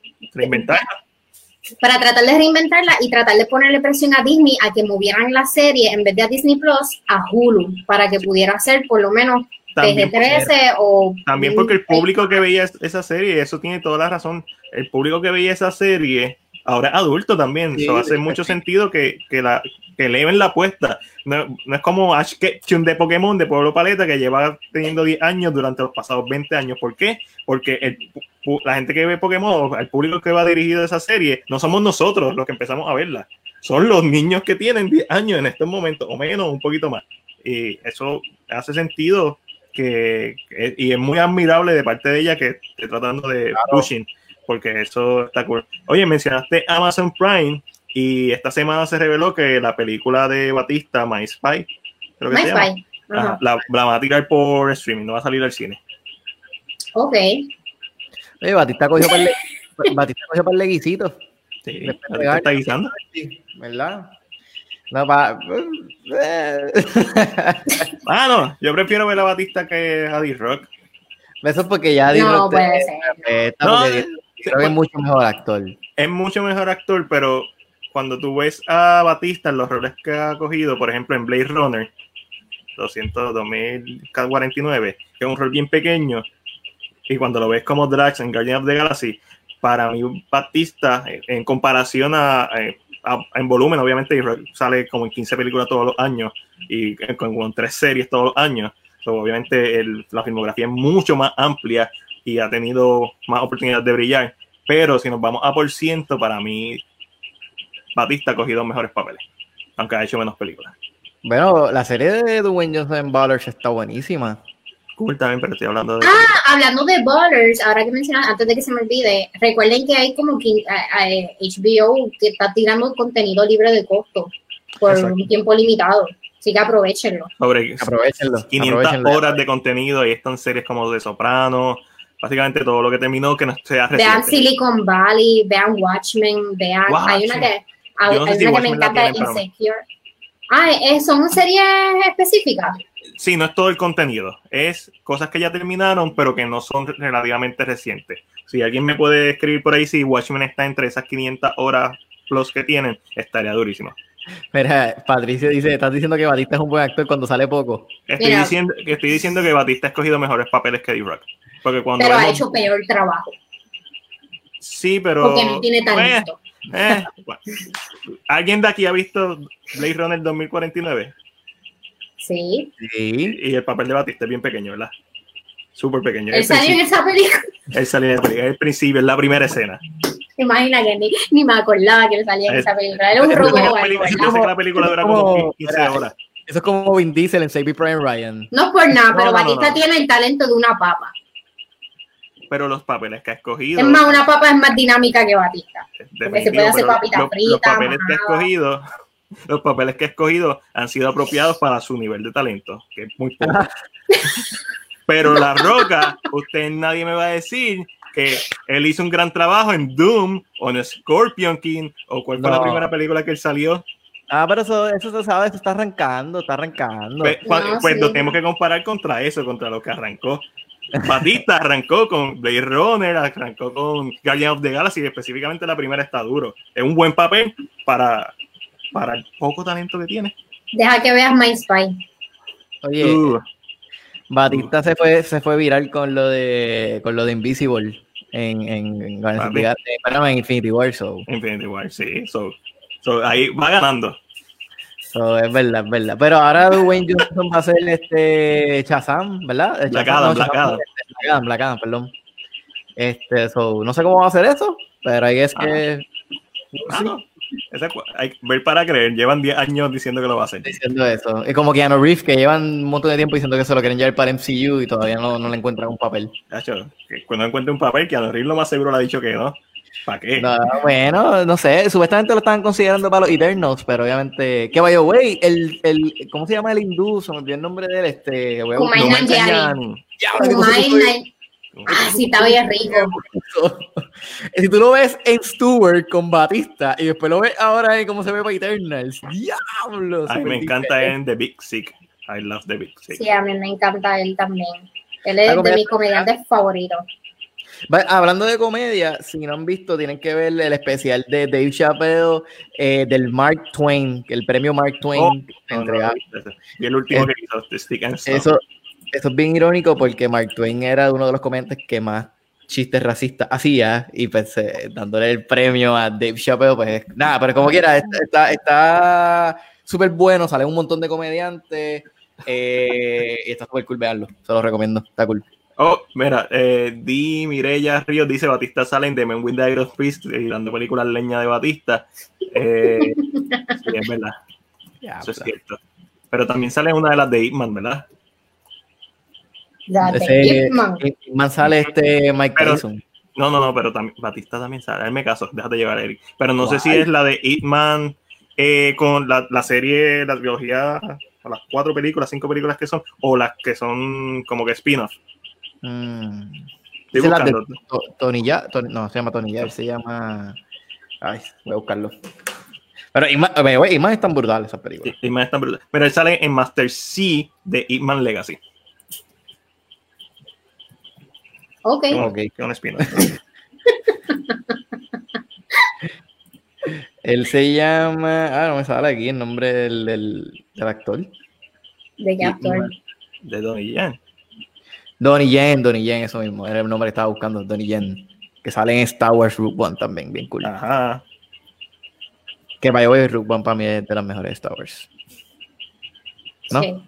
tratar de reinventarla y tratar de ponerle presión a Disney a que movieran la serie en vez de a Disney Plus a Hulu para que pudiera ser por lo menos PG-13 o... También porque el público que veía esa serie, eso tiene toda la razón, el público que veía esa serie ahora es adulto también, eso hace mucho sentido que eleven la apuesta. No es como Ash Ketchum de Pokémon, de Pueblo Paleta, que lleva teniendo 10 años durante los pasados 20 años. ¿Por qué? Porque la gente que ve Pokémon, el público que va dirigido a esa serie, no somos nosotros los que empezamos a verla. Son los niños que tienen 10 años en estos momentos, o menos, un poquito más. Y eso hace sentido y es muy admirable de parte de ella que esté tratando de pushing, porque eso está cool. Oye, mencionaste Amazon Prime y esta semana se reveló que la película de Batista, My Spy, creo que se llama, la van a tirar por streaming, no va a salir al cine. Ok. Oye, Batista cogió para el leguicito. Sí, Batista está guisando. ¿Verdad? No, no, yo prefiero ver a Batista que a D-Rock. Eso es porque ya D-Rock puede ser. Creo que es mucho mejor actor. Es mucho mejor actor, pero cuando tú ves a Batista en los roles que ha cogido, por ejemplo en Blade Runner 2049, que es un rol bien pequeño, y cuando lo ves como Drax en Guardians of the Galaxy, para mí Batista, en comparación en volumen, obviamente sale como en 15 películas todos los años y con 3 series todos los años, obviamente la filmografía es mucho más amplia y ha tenido más oportunidades de brillar, pero si nos vamos a por ciento, para mí Batista ha cogido mejores papeles, aunque ha hecho menos películas. Bueno, la serie de Dwayne Johnson en Ballers está buenísima. Cool también, pero estoy hablando de... hablando de Ballers, ahora que mencionas, antes de que se me olvide, recuerden que hay como que HBO que está tirando contenido libre de costo por un tiempo limitado, así que aprovechenlo. Aprovechenlo. 500 horas de contenido, ahí están series como de Sopranos, básicamente todo lo que terminó que no sea reciente. Vean Silicon Valley, vean Watchmen, hay una que me encanta, Insecure. ¿Son series específicas? Sí, no es todo el contenido, es cosas que ya terminaron, pero que no son relativamente recientes. Si alguien me puede escribir por ahí si Watchmen está entre esas 500 horas plus que tienen, estaría durísimo. Mira, Patricio dice, estás diciendo que Batista es un buen actor cuando sale poco. Estoy diciendo que Batista ha escogido mejores papeles que D-Rock. Pero ha hecho peor trabajo. Sí, pero... Porque no tiene talento. Bueno. ¿Alguien de aquí ha visto Blade Runner 2049? Sí. Y el papel de Batista es bien pequeño, ¿verdad? Súper pequeño. Él salió en esa película. Él salió en esa película, es el principio, es la primera escena. Imagina que ni me acordaba que él salía en esa película. Era un robot. Yo sé que la película dura como 15 horas. Eso es como Vin Diesel en Saving Private Ryan. No es por nada, pero Batista tiene el talento de una papa. Pero los papeles que ha escogido... Es más, una papa es más dinámica que Batista. Porque se puede hacer papitas fritas. Los papeles que ha escogido han sido apropiados para su nivel de talento, que es muy poco. Pero La Roca, nadie me va a decir que él hizo un gran trabajo en Doom o en Scorpion King o cuál fue la primera película que él salió. Pero eso se sabe, eso está arrancando. Pues lo tenemos que comparar contra lo que arrancó. Batista arrancó con Blade Runner, arrancó con Guardians of the Galaxy, y específicamente la primera está duro. Es un buen papel para para el poco talento que tiene. Deja que veas My Spy. Oye, Batista se fue viral con lo de Invisible en Infinity War. Infinity War, sí. So, ahí va ganando. Es verdad. Pero ahora Dwayne Johnson va a ser Shazam, ¿verdad? Black Adam, perdón. No sé cómo va a hacer eso, pero ahí es que... Sí. Hay que ver para creer. Llevan 10 años diciendo que lo va a hacer. Diciendo eso. Es como Keanu Reeves, que llevan un montón de tiempo diciendo que se lo quieren llevar para MCU y todavía no le encuentran un papel. Cuando encuentre un papel, Keanu Reeves lo más seguro le ha dicho que no. ¿Para qué? No, bueno, no sé. Supuestamente lo estaban considerando para los Eternals, pero obviamente... Que vaya, güey, ¿cómo se llama el hindú? Se me olvidó el nombre de él. Kumail Nanjiani. Sí, está bien rico. Si tú lo ves en Stewart con Batista y después lo ves ahora en cómo se ve para Eternals, ¡diablo! A mí me encanta en The Big Sick. I love The Big Sick. Sí, a mí me encanta él también. Él es de mis comediantes favoritos. Hablando de comedia, si no han visto, tienen que ver el especial de Dave Chappelle del Mark Twain, el premio Mark Twain. Y el último que hizo, The Stick and Stone. Eso es bien irónico porque Mark Twain era uno de los comediantes que más chistes racistas hacía y pues dándole el premio a Dave Chappelle, pues nada, pero como quiera, está súper bueno, salen un montón de comediantes y está súper cool, veanlo, se lo recomiendo, está cool. Oh, mira, Mireya Ríos dice Batista sale en The Man with the Iron Fist y dando películas leña de Batista. Sí, es verdad. Eso es cierto. Pero también sale una de las de Hitman, ¿verdad? Hitman sale Mike Tyson. No, pero Batista también sale. Hazme caso, déjate llevar, Eric. Pero no sé si es la de Hitman con la serie, la trilogía, o las 4 películas, 5 películas que son, o las que son como que spin-off. Estoy buscando. No, se llama Tony Jaa, se llama... Ay, voy a buscarlo. Pero Hitman es tan brutal esa película. Sí, Hitman es tan brutal. Pero él sale en Master C de Hitman Legacy. Ok. Que un spin-off. Él se llama... no me sale aquí el nombre del actor. ¿De qué actor? De Donnie Yen. Donnie Yen, eso mismo. Era el nombre que estaba buscando, Donnie Yen. Que sale en Star Wars Rogue One también, bien cool. Ajá. Que vaya hoy Rogue One para mí es de las mejores de Star Wars. ¿No? Sí.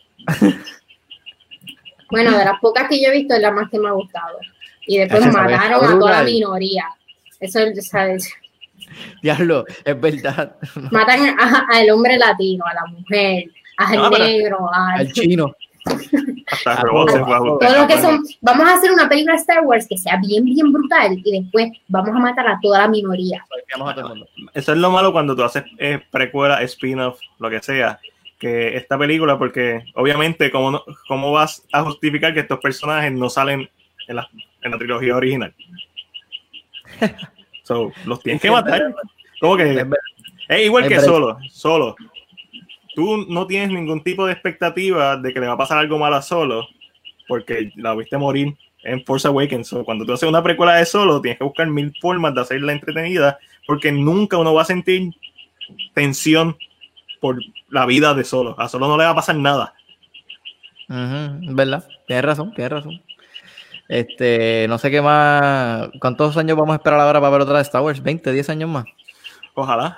Bueno, de las pocas que yo he visto es la más que me ha gustado. Y después mataron a toda la minoría. Eso es, ¿sabes? Diablo, es verdad. Matan al hombre latino, a la mujer, al negro, al chino. Hasta robots. Todo lo que son. Vamos a hacer una película de Star Wars que sea bien, bien brutal y después vamos a matar a toda la minoría. Eso es lo malo cuando tú haces precuela, spin-off, lo que sea. Que esta película, porque obviamente, ¿cómo vas a justificar que estos personajes no salen en la trilogía original? Los tienes que matar. ¿Cómo que? Es igual que Solo. Tú no tienes ningún tipo de expectativa de que le va a pasar algo malo a Solo, porque la viste morir en Force Awakens. Cuando tú haces una precuela de Solo, tienes que buscar 1000 formas de hacerla entretenida, porque nunca uno va a sentir tensión por la vida de Solo. A Solo no le va a pasar nada. ¿Verdad? Tienes razón. No sé qué más. ¿Cuántos años vamos a esperar ahora para ver otra de Star Wars? ¿20, 10 años más? Ojalá.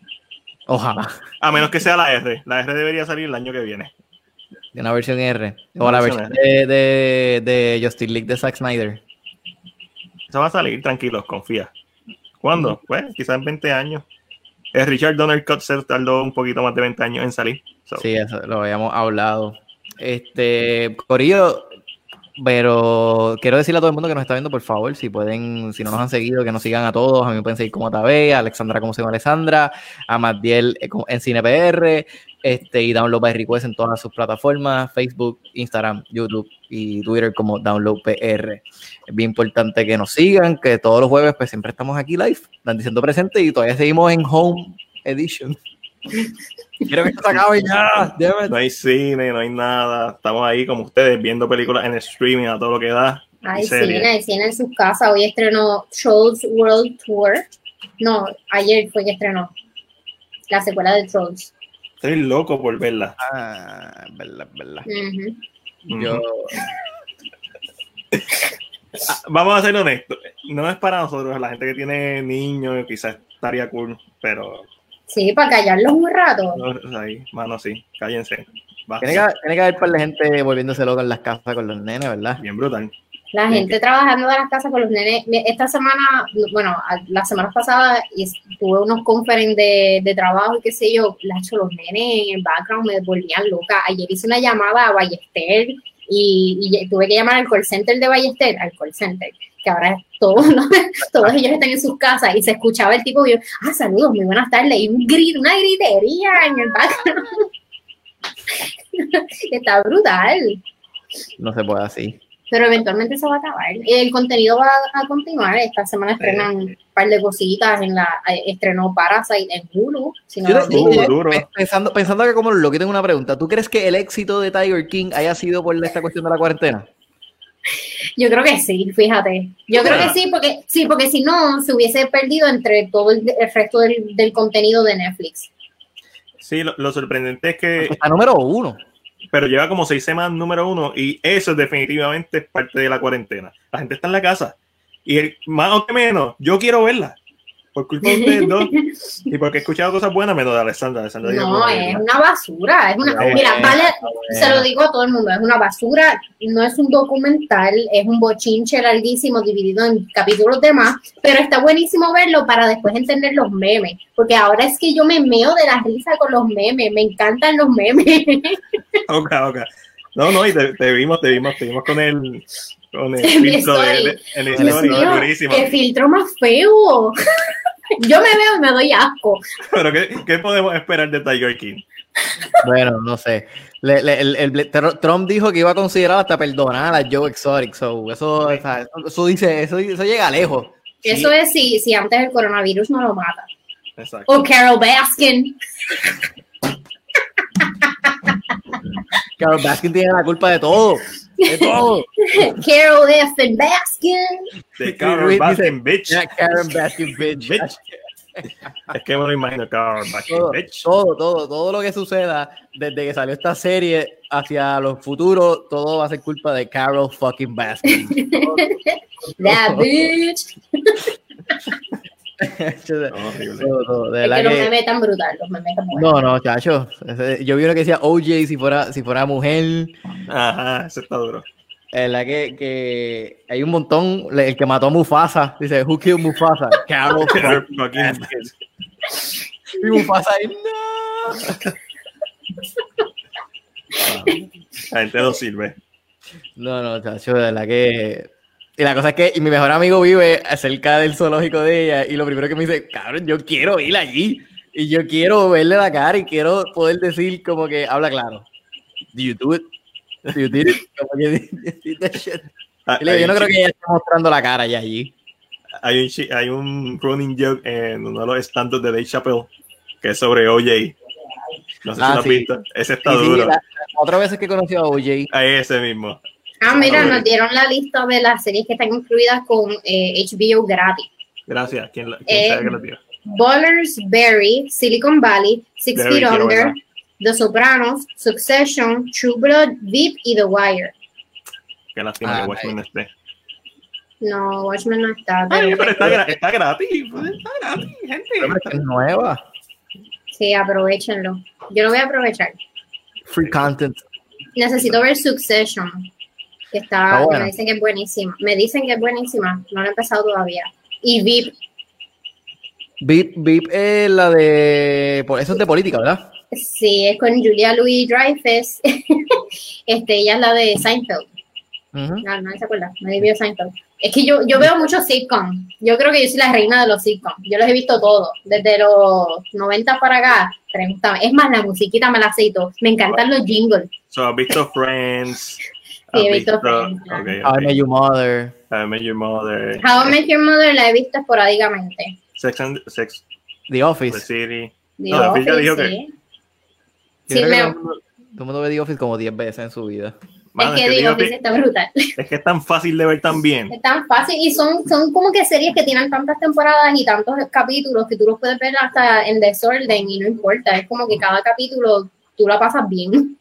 A menos que sea la R. La R debería salir el año que viene. De una versión R. O la versión de Justice League de Zack Snyder. Eso va a salir, tranquilos, confía. ¿Cuándo? Pues quizás en 20 años. Richard Donner Cut se tardó un poquito más de 20 años en salir. Sí, eso lo habíamos hablado. Corillo, pero quiero decirle a todo el mundo que nos está viendo, por favor, si no nos han seguido, que nos sigan a todos. A mí me pueden seguir como Tabea, a Alexandra como se llama Alexandra, a Matiel en CinePR, y Download by Request en todas sus plataformas, Facebook, Instagram, YouTube y Twitter como Download PR. Es bien importante que nos sigan, que todos los jueves pues siempre estamos aquí live, diciendo presente, y todavía seguimos en Home Edition. Quiero que esto se acabe ya. No hay cine, no hay nada. Estamos ahí como ustedes viendo películas en streaming a todo lo que da. Hay cine en sus casas. Hoy estrenó Trolls World Tour. No, ayer fue que estrenó. la secuela de Trolls. Estoy loco por verla. Verdad. Uh-huh. Vamos a ser honestos. No es para nosotros, la gente que tiene niños, quizás estaría cool, pero... Sí, para callarlos un rato. No, ahí, mano, sí, cállense. Tiene que haber un par de gente volviéndose loca en las casas con los nenes, ¿verdad? Bien brutal. La gente trabajando de las casas con los nenes. Esta semana, bueno, las semanas pasadas tuve unos conferencias de trabajo y qué sé yo, los nenes en el background me volvían loca. Ayer hice una llamada a Ballester y tuve que llamar al call center de Ballester, que ahora todos ellos están en sus casas y se escuchaba el tipo y yo, saludos, muy buenas tardes, y una gritería en el background. Está brutal. No se puede así. Pero eventualmente se va a acabar. El contenido va a continuar. Esta semana estrenan un par de cositas. Estrenó Parasite en Hulu. Pensando que como lo que tengo una pregunta. ¿Tú crees que el éxito de Tiger King haya sido por esta cuestión de la cuarentena? Yo creo que sí, fíjate. Yo creo que sí, porque si no, se hubiese perdido entre todo el resto del contenido de Netflix. Sí, lo sorprendente es que... Está número 1. Pero lleva como 6 semanas número 1 y eso es definitivamente parte de la cuarentena. La gente está en la casa y más o menos yo quiero verla por culpa de ustedes dos y porque he escuchado cosas buenas menos de Alessandra. No, es una basura. Mira, se lo digo a todo el mundo, es una basura, no es un documental, es un bochinche larguísimo dividido en capítulos de más, pero está buenísimo verlo para después entender los memes, porque ahora es que yo me meo de la risa con los memes, me encantan los memes. Ok. No, y te vimos con el filtro de durísimo. ¡Qué filtro más feo! Yo me veo y me doy asco. Pero ¿qué podemos esperar de Tiger King? Bueno, no sé. Trump dijo que iba a considerar hasta perdonar a Joe Exotic. Eso llega lejos. Eso es si antes el coronavirus no lo mata. Exacto. O Carol Baskin. Carol Baskin tiene la culpa de todo. De todo. Carol F. Baskin. De Carol Baskin, bitch. Carol Baskin, bitch. Es que me lo imagino, Carol Baskin, bitch. Todo lo que suceda desde que salió esta serie hacia los futuros, todo va a ser culpa de Carol fucking Baskin. That bitch. Todo, es que los memes tan brutal, No, chacho. Yo vi uno que decía OJ si fuera mujer. Ajá, eso está duro. Es la que hay un montón. El que mató a Mufasa dice, "Who killed Mufasa?" Carol fucking. Y Mufasa ahí, no. La gente no sirve. No, chacho, de la que. Y la cosa es que mi mejor amigo vive cerca del zoológico de ella y lo primero que me dice, cabrón, yo quiero ir allí y yo quiero verle la cara y quiero poder decir como que habla claro. Do you do it? Do you did it? Como que did that shit. Yo no creo que ella esté mostrando la cara ya allí. Hay un running joke en uno de los stand-ups de Dave Chappelle que es sobre OJ. No sé si lo has visto. Ese está duro. Otra vez es que conocí a OJ. A ese mismo. Mira, nos dieron la lista de las series que están incluidas con HBO gratis. Gracias. ¿Quién sabe que lo dio? Ballers, Barry, Silicon Valley, Six Feet Under, The Sopranos, Succession, True Blood, VIP y The Wire. Qué lástima que Watchmen no esté. No, Watchmen no está. Pero está gratis. Está gratis, gente. Es nueva. Sí, aprovechenlo. Yo lo voy a aprovechar. Free content. Necesito ver Succession. Que está, me dicen que es buenísima. No la he empezado todavía. Y VIP. VIP es la de... Eso es de política, ¿verdad? Sí, es con Julia Louis-Dreyfus. Ella es la de Seinfeld. No se acuerda. Nadie vio Seinfeld. Es que yo veo muchos sitcoms. Yo creo que yo soy la reina de los sitcoms. Yo los he visto todos. Desde los 90 para acá. Es más, la musiquita me la sé y todo. Me encantan los jingles. ¿Has visto Friends? Sí, he visto Friends. Okay. How I Met Your Mother. How I Met Your Mother. How I Met Your Mother la he visto esporádicamente. Sex. The Office. The City. The Office, dijo sí. Todo el mundo ve The Office como 10 veces en su vida. Man, es que digo, que está brutal. Es que es tan fácil de ver también. Es tan fácil y son como que series que tienen tantas temporadas y tantos capítulos que tú los puedes ver hasta en desorden y no importa. Es como que cada capítulo tú la pasas bien.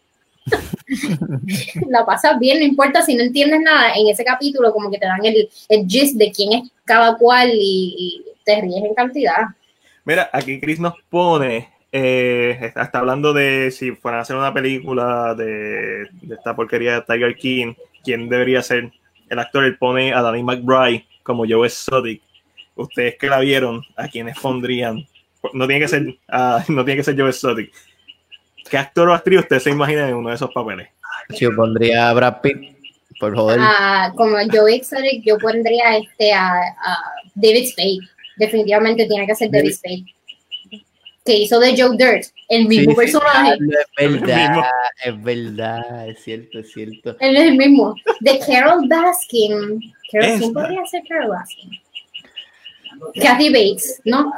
La pasas bien, no importa si no entiendes nada. En ese capítulo como que te dan el gist de quién es cada cual y te ríes en cantidad. Mira, aquí Chris nos pone, está hablando de si fueran a hacer una película de esta porquería de Tiger King, ¿quién debería ser el actor? Él pone a Danny McBride como Joe Exotic. Ustedes que la vieron, ¿a quiénes pondrían? No tiene que ser Joe Exotic. ¿Qué actor o actriz ustedes se imaginan en uno de esos papeles? Yo pondría a Brad Pitt, por joder. Como Joe Exotic, yo pondría a David Spade. Definitivamente tiene que ser David Spade. Que hizo de Joe Dirt, el mismo personaje. Es verdad, es cierto. Él es el mismo. De Carol Baskin. ¿Quién podría ser Carol Baskin? Kathy Bates, ¿no?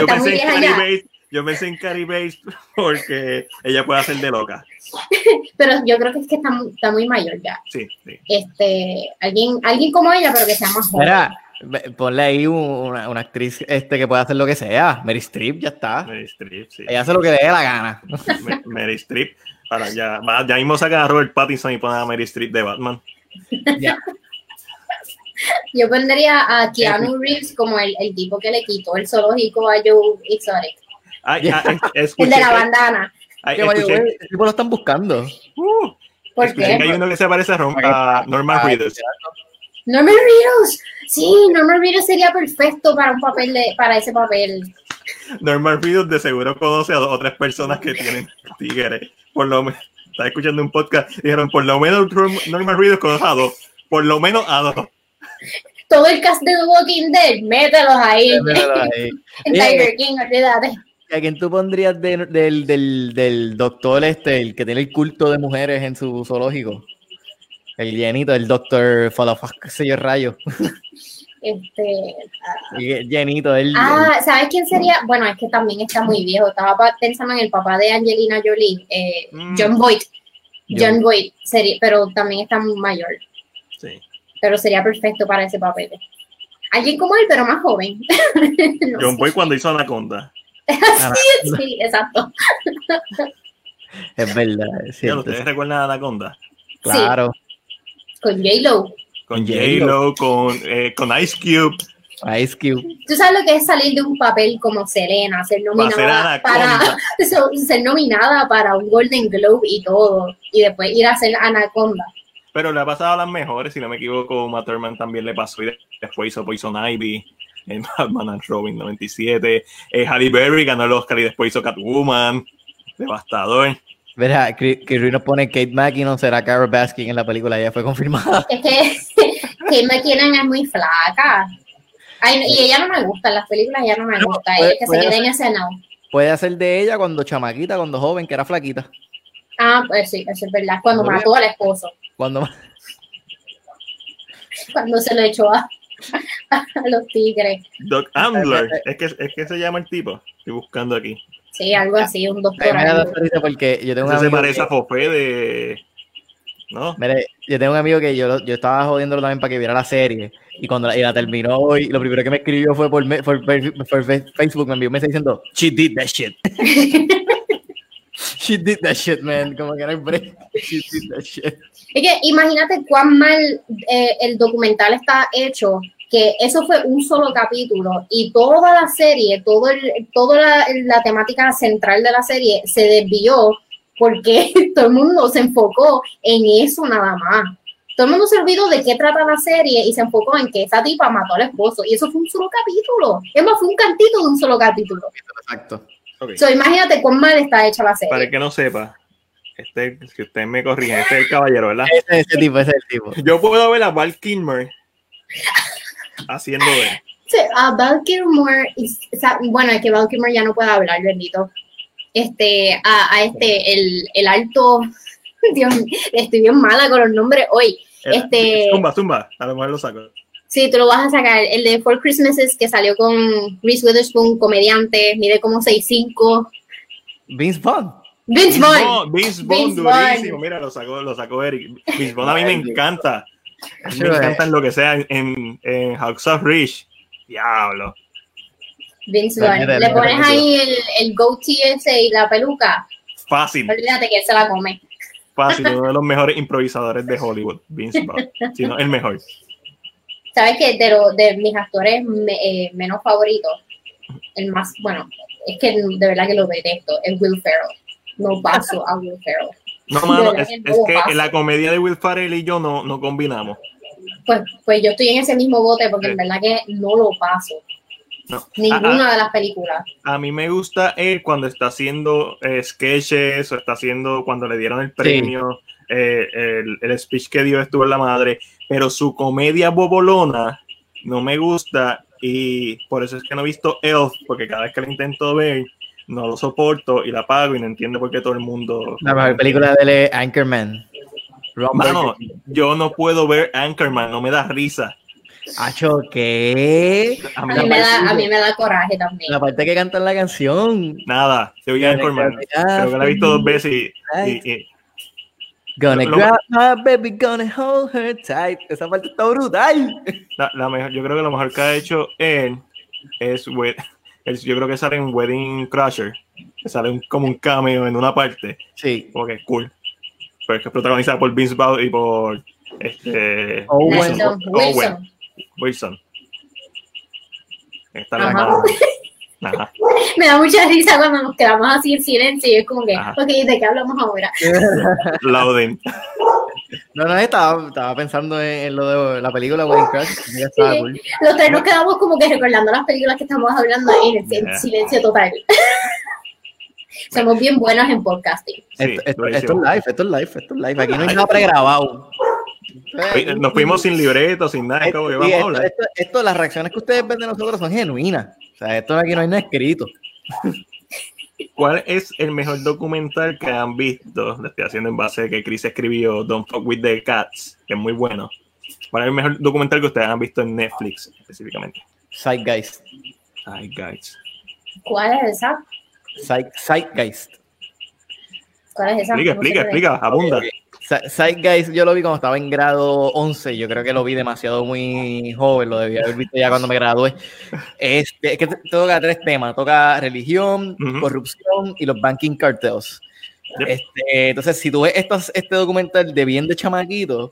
Yo pensé en Carrie Bates porque ella puede hacer de loca. Pero yo creo que es que está muy mayor ya. Sí. Alguien como ella, pero que sea más joven. Mira, ponle ahí una actriz que pueda hacer lo que sea. Meryl Streep, ya está. Meryl Streep, sí. Ella hace lo que le dé la gana. Meryl Streep. Ya mismo sacan a Robert Pattinson y ponen a Meryl Streep de Batman. Ya. Yo pondría a Keanu Reeves como el tipo que le quitó el zoológico a Joe Exotic. El de la bandana. El tipo lo están buscando. ¿Por qué? Hay uno que se parece a Norman Reedus. Norman Reedus. Sí, Norman Reedus sería perfecto para ese papel. Norman Reedus de seguro conoce a 2 o 3 personas que tienen tigres. Por lo menos, estaba escuchando un podcast, dijeron, por lo menos Norman Reedus conoce a 2. Por lo menos a 2. Todo el cast de The Walking Dead, mételos ahí. En Tiger King, olvídate. ¿A quién tú pondrías del doctor el que tiene el culto de mujeres en su zoológico? El llenito, el doctor qué sé yo, rayo. Llenito, ¿sabes quién sería? Bueno, es que también está muy viejo. Estaba pensando en el papá de Angelina Jolie, John Boyd. John Boyd, pero también está muy mayor. Sí. Pero sería perfecto para ese papel. Alguien como él, pero más joven. John Boyd cuando hizo Anaconda. Sí, exacto. Es verdad, es cierto. ¿Ustedes recuerdan a Anaconda? Claro. Sí. Con J-Lo. Con J-Lo, con Ice Cube. Ice Cube. ¿Tú sabes lo que es salir de un papel como Selena, ser nominada para un Golden Globe y todo, y después ir a hacer Anaconda? Pero le ha pasado a las mejores, si no me equivoco, Uma Thurman también le pasó y después hizo Poison Ivy en Batman and Robin 97. Halle Berry ganó el Oscar y después hizo Catwoman. Devastador. Verá, que nos pone Kate McKinnon será Carol Baskin en la película, ya fue confirmada. Es que Kate McKinnon es muy flaca. Y ella no me gusta, en las películas ella no me gusta, ella que se quede en ese no. Puede hacer de ella cuando chamaquita, cuando joven, que era flaquita. Pues sí, eso es verdad, cuando mató al esposo. Cuando se lo echó a los tigres. Doc Ambler, es que se llama el tipo, estoy buscando aquí. Sí, algo así, un doctor. Porque yo tengo un amigo se parece a Fofé de... ¿No? Mire, yo tengo un amigo que yo estaba jodiéndolo también para que viera la serie y cuando la terminó y lo primero que me escribió fue por Facebook, me envió un mensaje diciendo she did that shit. She did that shit, man. Como que no hay break. She did that shit. Es que imagínate cuán mal el documental está hecho, que eso fue un solo capítulo y toda la serie, toda la temática central de la serie se desvió porque todo el mundo se enfocó en eso nada más. Todo el mundo se olvidó de qué trata la serie y se enfocó en que esa tipa mató al esposo y eso fue un solo capítulo. Es más, fue un cantito de un solo capítulo. Exacto. Okay. So, imagínate cuán mal está hecha la serie. Para el que no sepa, si ustedes me corrigen, este es el caballero, ¿verdad? Ese es el tipo. Yo puedo ver a Val Kilmer haciendo él. Sí, a Val Kilmer, bueno, es que Val Kilmer ya no puede hablar, bendito. El alto, Dios, estoy bien mala con los nombres hoy. Zumba, a lo mejor lo saco. Sí, tú lo vas a sacar. El de Four Christmases que salió con Reese Witherspoon, comediante, mide como 6'5". Vince Vaughn. Vince Vaughn. Vince Vaughn, durísimo. Mira, lo sacó Eric. Vince Vaughn a mí me encanta. A mí me encantan lo que sea en Hawks of Reach. Diablo. Vince Vaughn. Le pones ahí el goatee ese y la peluca. Fácil. Olvídate que él se la come. Fácil, uno de los mejores improvisadores de Hollywood, Vince Vaughn. Si no, el mejor. ¿Sabes qué? De mis actores menos favoritos, el más, bueno, es que de verdad que lo detesto, es Will Ferrell. No paso a Will Ferrell. No, mano, es que en la comedia de Will Ferrell y yo no combinamos. Pues yo estoy en ese mismo bote porque en verdad que no lo paso. No. Ninguna de las películas. A mí me gusta él cuando está haciendo sketches o está haciendo cuando le dieron el premio, el speech que dio estuvo en la madre, pero su comedia bobolona no me gusta y por eso es que no he visto Elf, porque cada vez que la intento ver no lo soporto y la apago y no entiendo por qué todo el mundo... La mejor película de él es Anchorman. Mano, yo no puedo ver Anchorman, no me da risa. Acho, ¿qué? A mí me da coraje también. La parte que cantan la canción. Nada, yo vi Anchorman. Creo que la he visto 2 veces y Gonna grab my baby, gonna hold her tight. Esa parte está brutal. La mejor, yo creo que lo mejor que ha hecho él es yo creo que sale en Wedding Crasher, que sale como un cameo en una parte. Sí. Como que cool. Pero es que es protagonizada por Vince Vaughn y por Wilson. Está la Ajá. Me da mucha risa cuando nos quedamos así en silencio y es como que, ok, ¿de qué hablamos ahora? Loading. No, estaba pensando en lo de la película Wedding Crash. Sí. Cool. Los tres nos quedamos como que recordando las películas que estamos hablando ahí en silencio total. Somos bien buenos en podcasting. Sí, esto es live. Aquí no hay nada pregrabado. Nos fuimos sin libreto, sin nada. Las reacciones que ustedes ven de nosotros son genuinas. O sea, esto aquí no hay nada escrito. ¿Cuál es el mejor documental que han visto? Lo estoy haciendo en base a que Chris escribió Don't Fuck With The Cats, que es muy bueno. ¿Cuál es el mejor documental que ustedes han visto en Netflix específicamente? Zeitgeist. ¿Cuál es esa? Zeitgeist. ¿Cuál es esa? Explica, abunda. Zeitgeist yo lo vi cuando estaba en grado 11, yo creo que lo vi demasiado muy joven, lo debía haber visto ya cuando me gradué. Es que toca 3 temas, toca religión, corrupción y los banking cartels. Yep. Entonces, si tú ves este documental de bien de chamaquito,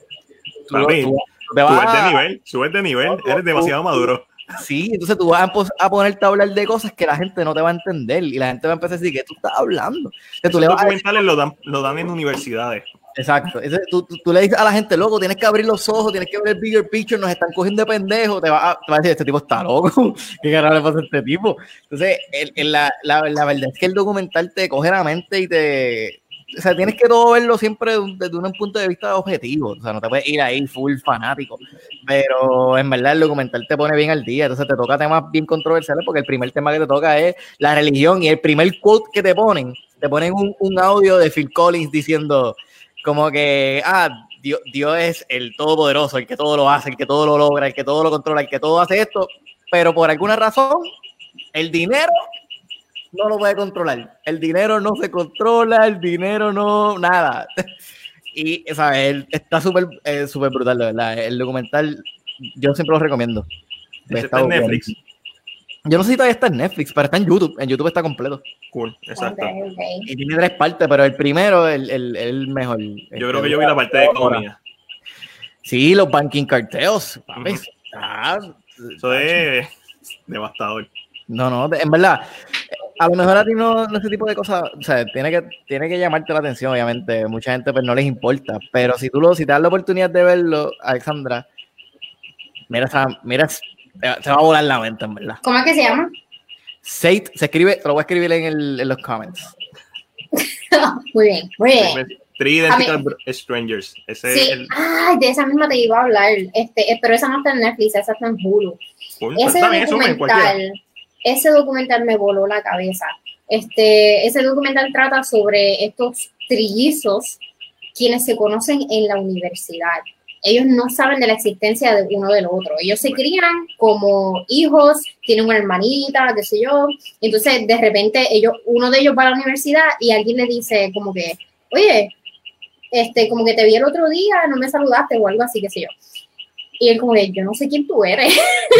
subes de nivel, eres demasiado maduro. Sí, entonces tú vas a ponerte a hablar de cosas que la gente no te va a entender y la gente va a empezar a decir, ¿qué tú estás hablando? Esos documentales lo dan en universidades. Exacto. Tú le dices a la gente, loco, tienes que abrir los ojos, tienes que ver el bigger picture, nos están cogiendo de pendejo, te va a decir, este tipo está loco, ¿qué carajo le pasa a este tipo? Entonces, la verdad es que el documental te coge la mente y o sea, tienes que todo verlo siempre desde un punto de vista objetivo, o sea, no te puedes ir ahí full fanático, pero en verdad el documental te pone bien al día, entonces te toca temas bien controversiales porque el primer tema que te toca es la religión y el primer quote que te ponen un audio de Phil Collins diciendo como que, Dios es el todopoderoso, el que todo lo hace, el que todo lo logra, el que todo lo controla, el que todo hace esto, pero por alguna razón, el dinero no lo puede controlar. El dinero no se controla, el dinero no, nada. Y, ¿sabes? Él está súper brutal, de verdad. El documental, yo siempre lo recomiendo. Está en Netflix. Yo no sé si todavía está en Netflix, pero está en YouTube. En YouTube está completo. Cool, exacto. Okay. Y tiene 3 partes, pero el primero, el mejor. Yo creo que yo vi la parte de economía. Sí, los banking cartels. Eso es devastador. No, en verdad, a lo mejor a ti no ese tipo de cosas, o sea, tiene que llamarte la atención, obviamente, mucha gente pues no les importa, pero si te das la oportunidad de verlo, Alexandra, mira, se va a volar la mente, en verdad. ¿Cómo es que se llama? Se escribe, te lo voy a escribir en los comments. Muy bien. Three Identical Strangers. Ese sí, es de esa misma te iba a hablar, pero esa no está en Netflix, esa está en Hulu. Ese documental me voló la cabeza. Ese documental trata sobre estos trillizos quienes se conocen en la universidad ellos no saben de la existencia de uno del otro. Ellos se crían como hijos, tienen una hermanita, qué sé yo. Entonces, de repente, uno de ellos va a la universidad y alguien le dice como que, oye, como que te vi el otro día, no me saludaste o algo así, qué sé yo. Y él como que, yo no sé quién tú eres.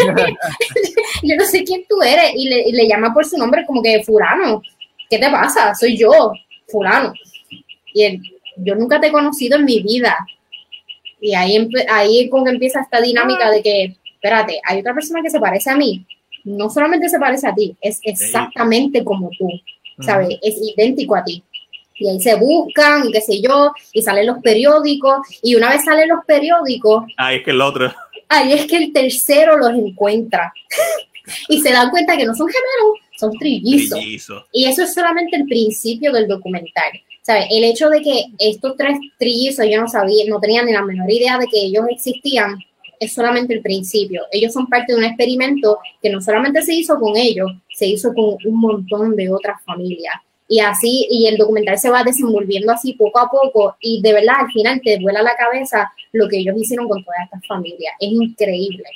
Yo no sé quién tú eres. Y le llama por su nombre como que, fulano, ¿qué te pasa? Soy yo, fulano. Y él, yo nunca te he conocido en mi vida. Y ahí como que empieza esta dinámica de que, espérate, hay otra persona que se parece a mí. No solamente se parece a ti, es exactamente como tú, ¿sabes? Es idéntico a ti. Y ahí se buscan y qué sé yo, y salen los periódicos. Y una vez salen los periódicos... Ahí es que el otro. Ahí es que el tercero los encuentra. Y se dan cuenta que no son gemelos, son trillizos. Y eso es solamente el principio del documental. ¿Sabes? El hecho de que estos 3 trillizos, yo no tenía ni la menor idea de que ellos existían, es solamente el principio. Ellos son parte de un experimento que no solamente se hizo con ellos, se hizo con un montón de otras familias. Y así, y el documental se va desenvolviendo así poco a poco, y de verdad al final te vuela la cabeza lo que ellos hicieron con todas estas familias. Es increíble.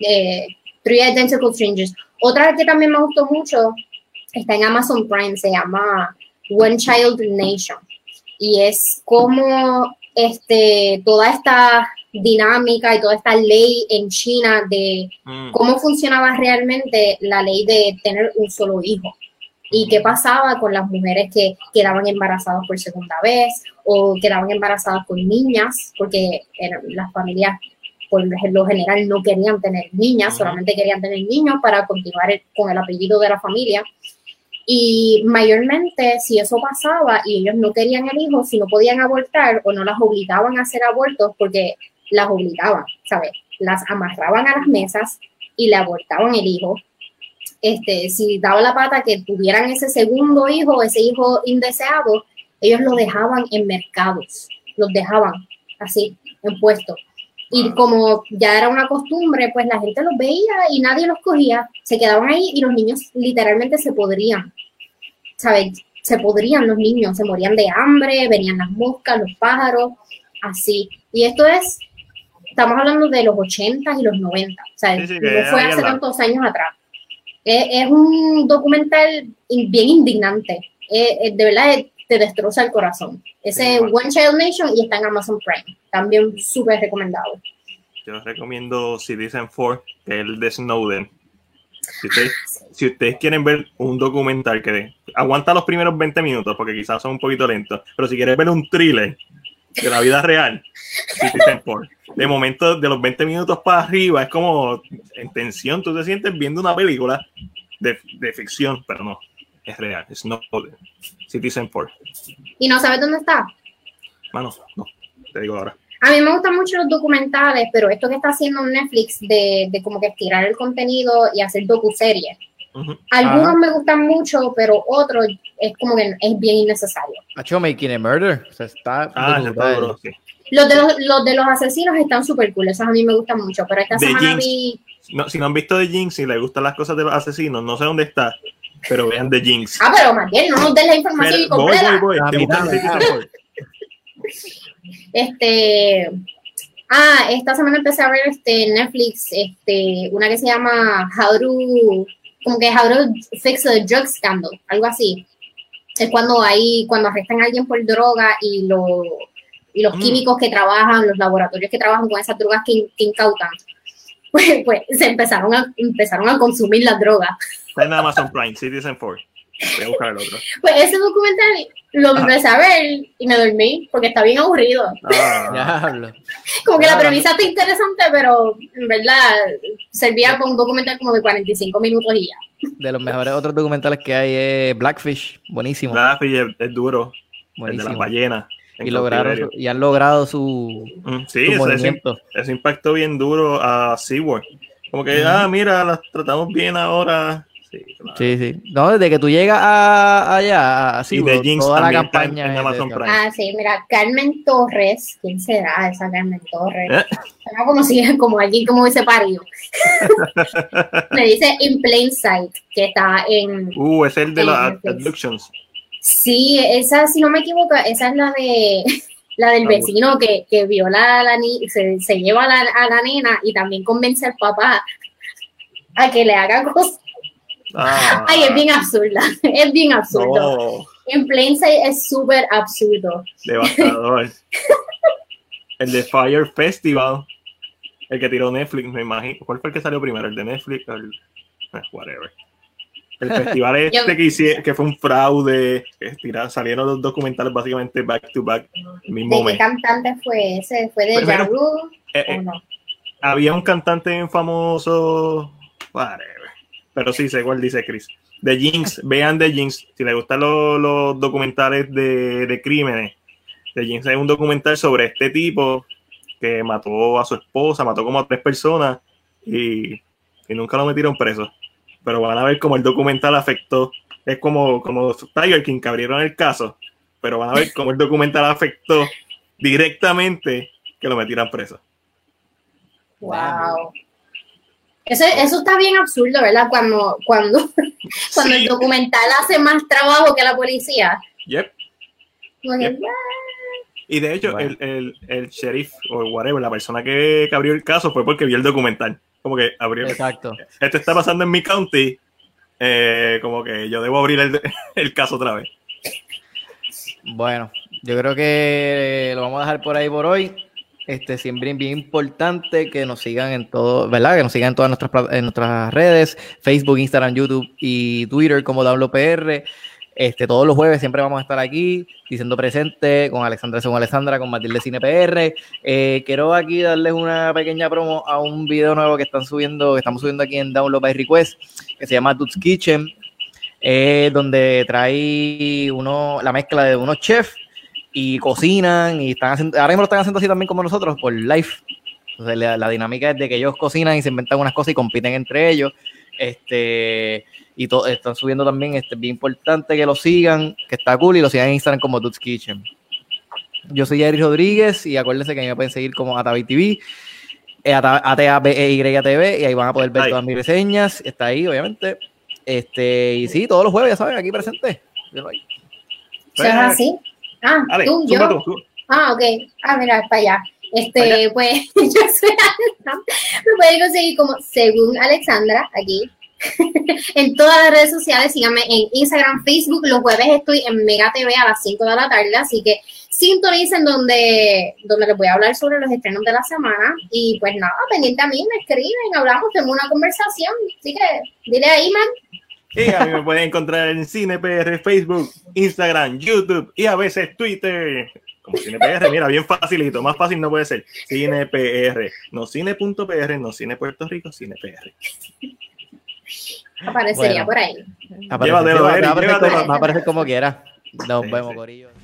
3 Identical Strangers. Otra que también me gustó mucho, está en Amazon Prime, se llama One Child Nation, y es como toda esta dinámica y toda esta ley en China de cómo funcionaba realmente la ley de tener un solo hijo y qué pasaba con las mujeres que quedaban embarazadas por segunda vez o quedaban embarazadas con niñas, porque las familias por lo general no querían tener niñas, solamente querían tener niños para continuar con el apellido de la familia. Y mayormente, si eso pasaba y ellos no querían el hijo, si no podían abortar o no las obligaban a hacer abortos, porque las obligaban, ¿sabes? Las amarraban a las mesas y le abortaban el hijo. Si daba la pata que tuvieran ese segundo hijo, ese hijo indeseado, ellos lo dejaban en mercados, los dejaban así, en puestos. Y como ya era una costumbre, pues la gente los veía y nadie los cogía, se quedaban ahí y los niños literalmente se podrían, ¿sabes? Se podrían los niños, se morían de hambre, venían las moscas, los pájaros, así. Y estamos hablando de los 80 y los 90, ¿sabes? Sí, no fue hace tantos años atrás. Es un documental bien indignante, de verdad te destroza el corazón. Ese One Child Nation y está en Amazon Prime, también súper recomendado. Yo recomiendo Citizen4, que es el de Snowden. Si ustedes quieren ver un documental que aguanta los primeros 20 minutos, porque quizás son un poquito lentos, pero si quieres ver un thriller de la vida real, Citizen4. De momento, de los 20 minutos para arriba, es como en tensión, tú te sientes viendo una película de ficción, pero no, es real, es Snowden, Citizen4. ¿Y no sabes dónde está? Mano, no, te digo ahora. A mí me gustan mucho los documentales, pero esto que está haciendo Netflix de como que estirar el contenido y hacer docuseries. Algunos me gustan mucho, pero otros es como que es bien innecesario. Making a Murder. O sea, está duro, sí. Los de los asesinos están súper cool, esos a mí me gustan mucho, pero esta semana vi... No, si no han visto The Jinx y les gustan las cosas de los asesinos, no sé dónde está, pero vean The Jinx. Pero más bien, no nos den la información completa. Voy. Esta semana empecé a ver Netflix, una que se llama How to Fix a Drug Scandal, algo así. Es cuando arrestan a alguien por droga y los químicos que trabajan, los laboratorios que trabajan con esas drogas que incautan, pues se empezaron a consumir las drogas. Está en Amazon Prime, Citizen4. Voy a buscar el otro. Pues ese documental lo empecé a ver y me dormí porque está bien aburrido. Como que la premisa está interesante, pero en verdad servía para un documental como de 45 minutos y ya. De los mejores otros documentales que hay es Blackfish, buenísimo. Blackfish es duro, buenísimo. El de las ballenas. Y han logrado su movimiento. Ese impacto bien duro a SeaWorld. Como que, mira, las tratamos bien ahora. Sí, claro. Sí. No, desde que tú llegas allá, así, toda la campaña en Amazon Prime. Sí, mira, Carmen Torres, ¿quién será esa Carmen Torres? Como alguien como ese parido. Me dice In Plain Sight, que está en... es el de las abductions. Sí, esa, si no me equivoco, esa es la de La del vecino que viola a la niña, se lleva a la nena y también convence al papá a que le haga cosas. Ay, es bien absurda, es bien absurdo. No. En Plain Sight es súper absurdo. Devastador. El de Fire Festival, el que tiró Netflix, me imagino. ¿Cuál fue el que salió primero? ¿El de Netflix? Whatever. El festival que fue un fraude, salieron los documentales básicamente back to back. ¿De qué cantante fue ese? ¿Fue de Ja Rule o no? Había un cantante famoso, whatever. Pero sí, sé cuál dice Chris. The Jinx, vean The Jinx. Si les gustan los documentales de crímenes, The Jinx es un documental sobre este tipo que mató a su esposa, mató como a 3 personas y nunca lo metieron preso. Pero van a ver cómo el documental afectó. Es como Tiger King, que abrieron el caso, pero van a ver cómo el documental afectó directamente que lo metieran preso. Wow. Eso está bien absurdo, ¿verdad? Cuando Sí. el documental hace más trabajo que la policía. Yep. Yep. Y de hecho, bueno, el sheriff o whatever, la persona que abrió el caso fue porque vio el documental. Como que abrió. Exacto. Esto está pasando en mi county. Como que yo debo abrir el caso otra vez. Bueno, yo creo que lo vamos a dejar por ahí por hoy. Siempre bien importante que nos sigan en todo, ¿verdad? Que nos sigan en todas nuestras redes, Facebook, Instagram, YouTube y Twitter como DownloadPR. Todos los jueves siempre vamos a estar aquí diciendo presente con Alexandra según Alexandra, con Matilde Cine PR. Quiero aquí darles una pequeña promo a un video nuevo que estamos subiendo aquí en Download by Request, que se llama Dude's Kitchen, donde trae la mezcla de unos chefs y cocinan y ahora mismo lo están haciendo así también como nosotros por live. Entonces la dinámica es de que ellos cocinan y se inventan unas cosas y compiten entre ellos. Y están subiendo también, bien importante que lo sigan, que está cool, y lo sigan en Instagram como Dude's Kitchen. Yo soy Jair Rodríguez y acuérdense que a mí me pueden seguir como AtaBayTV, ATABEYTV, y ahí van a poder ver todas mis reseñas. Está ahí, obviamente. Y sí, todos los jueves, ya saben, aquí presente. ¿Eso es así? Ale, tú, yo. Tú. Ok. Mira, para allá. Pues, yo soy Alexandra. Me pueden conseguir como según Alexandra, aquí. En todas las redes sociales, síganme en Instagram, Facebook. Los jueves estoy en Mega TV a las 5 de la tarde, así que sintonicen donde les voy a hablar sobre los estrenos de la semana. Y pues nada, pendiente a mí, me escriben, hablamos, tenemos una conversación. Así que dile ahí, man. Y a mí me pueden encontrar en CinePR, Facebook, Instagram, YouTube y a veces Twitter. Como CinePR, mira, bien facilito, más fácil no puede ser. CinePR, no cine.pr, no Cine Puerto Rico, CinePR. Aparecería por ahí. Va a aparecer como quiera. Nos vemos, corillo.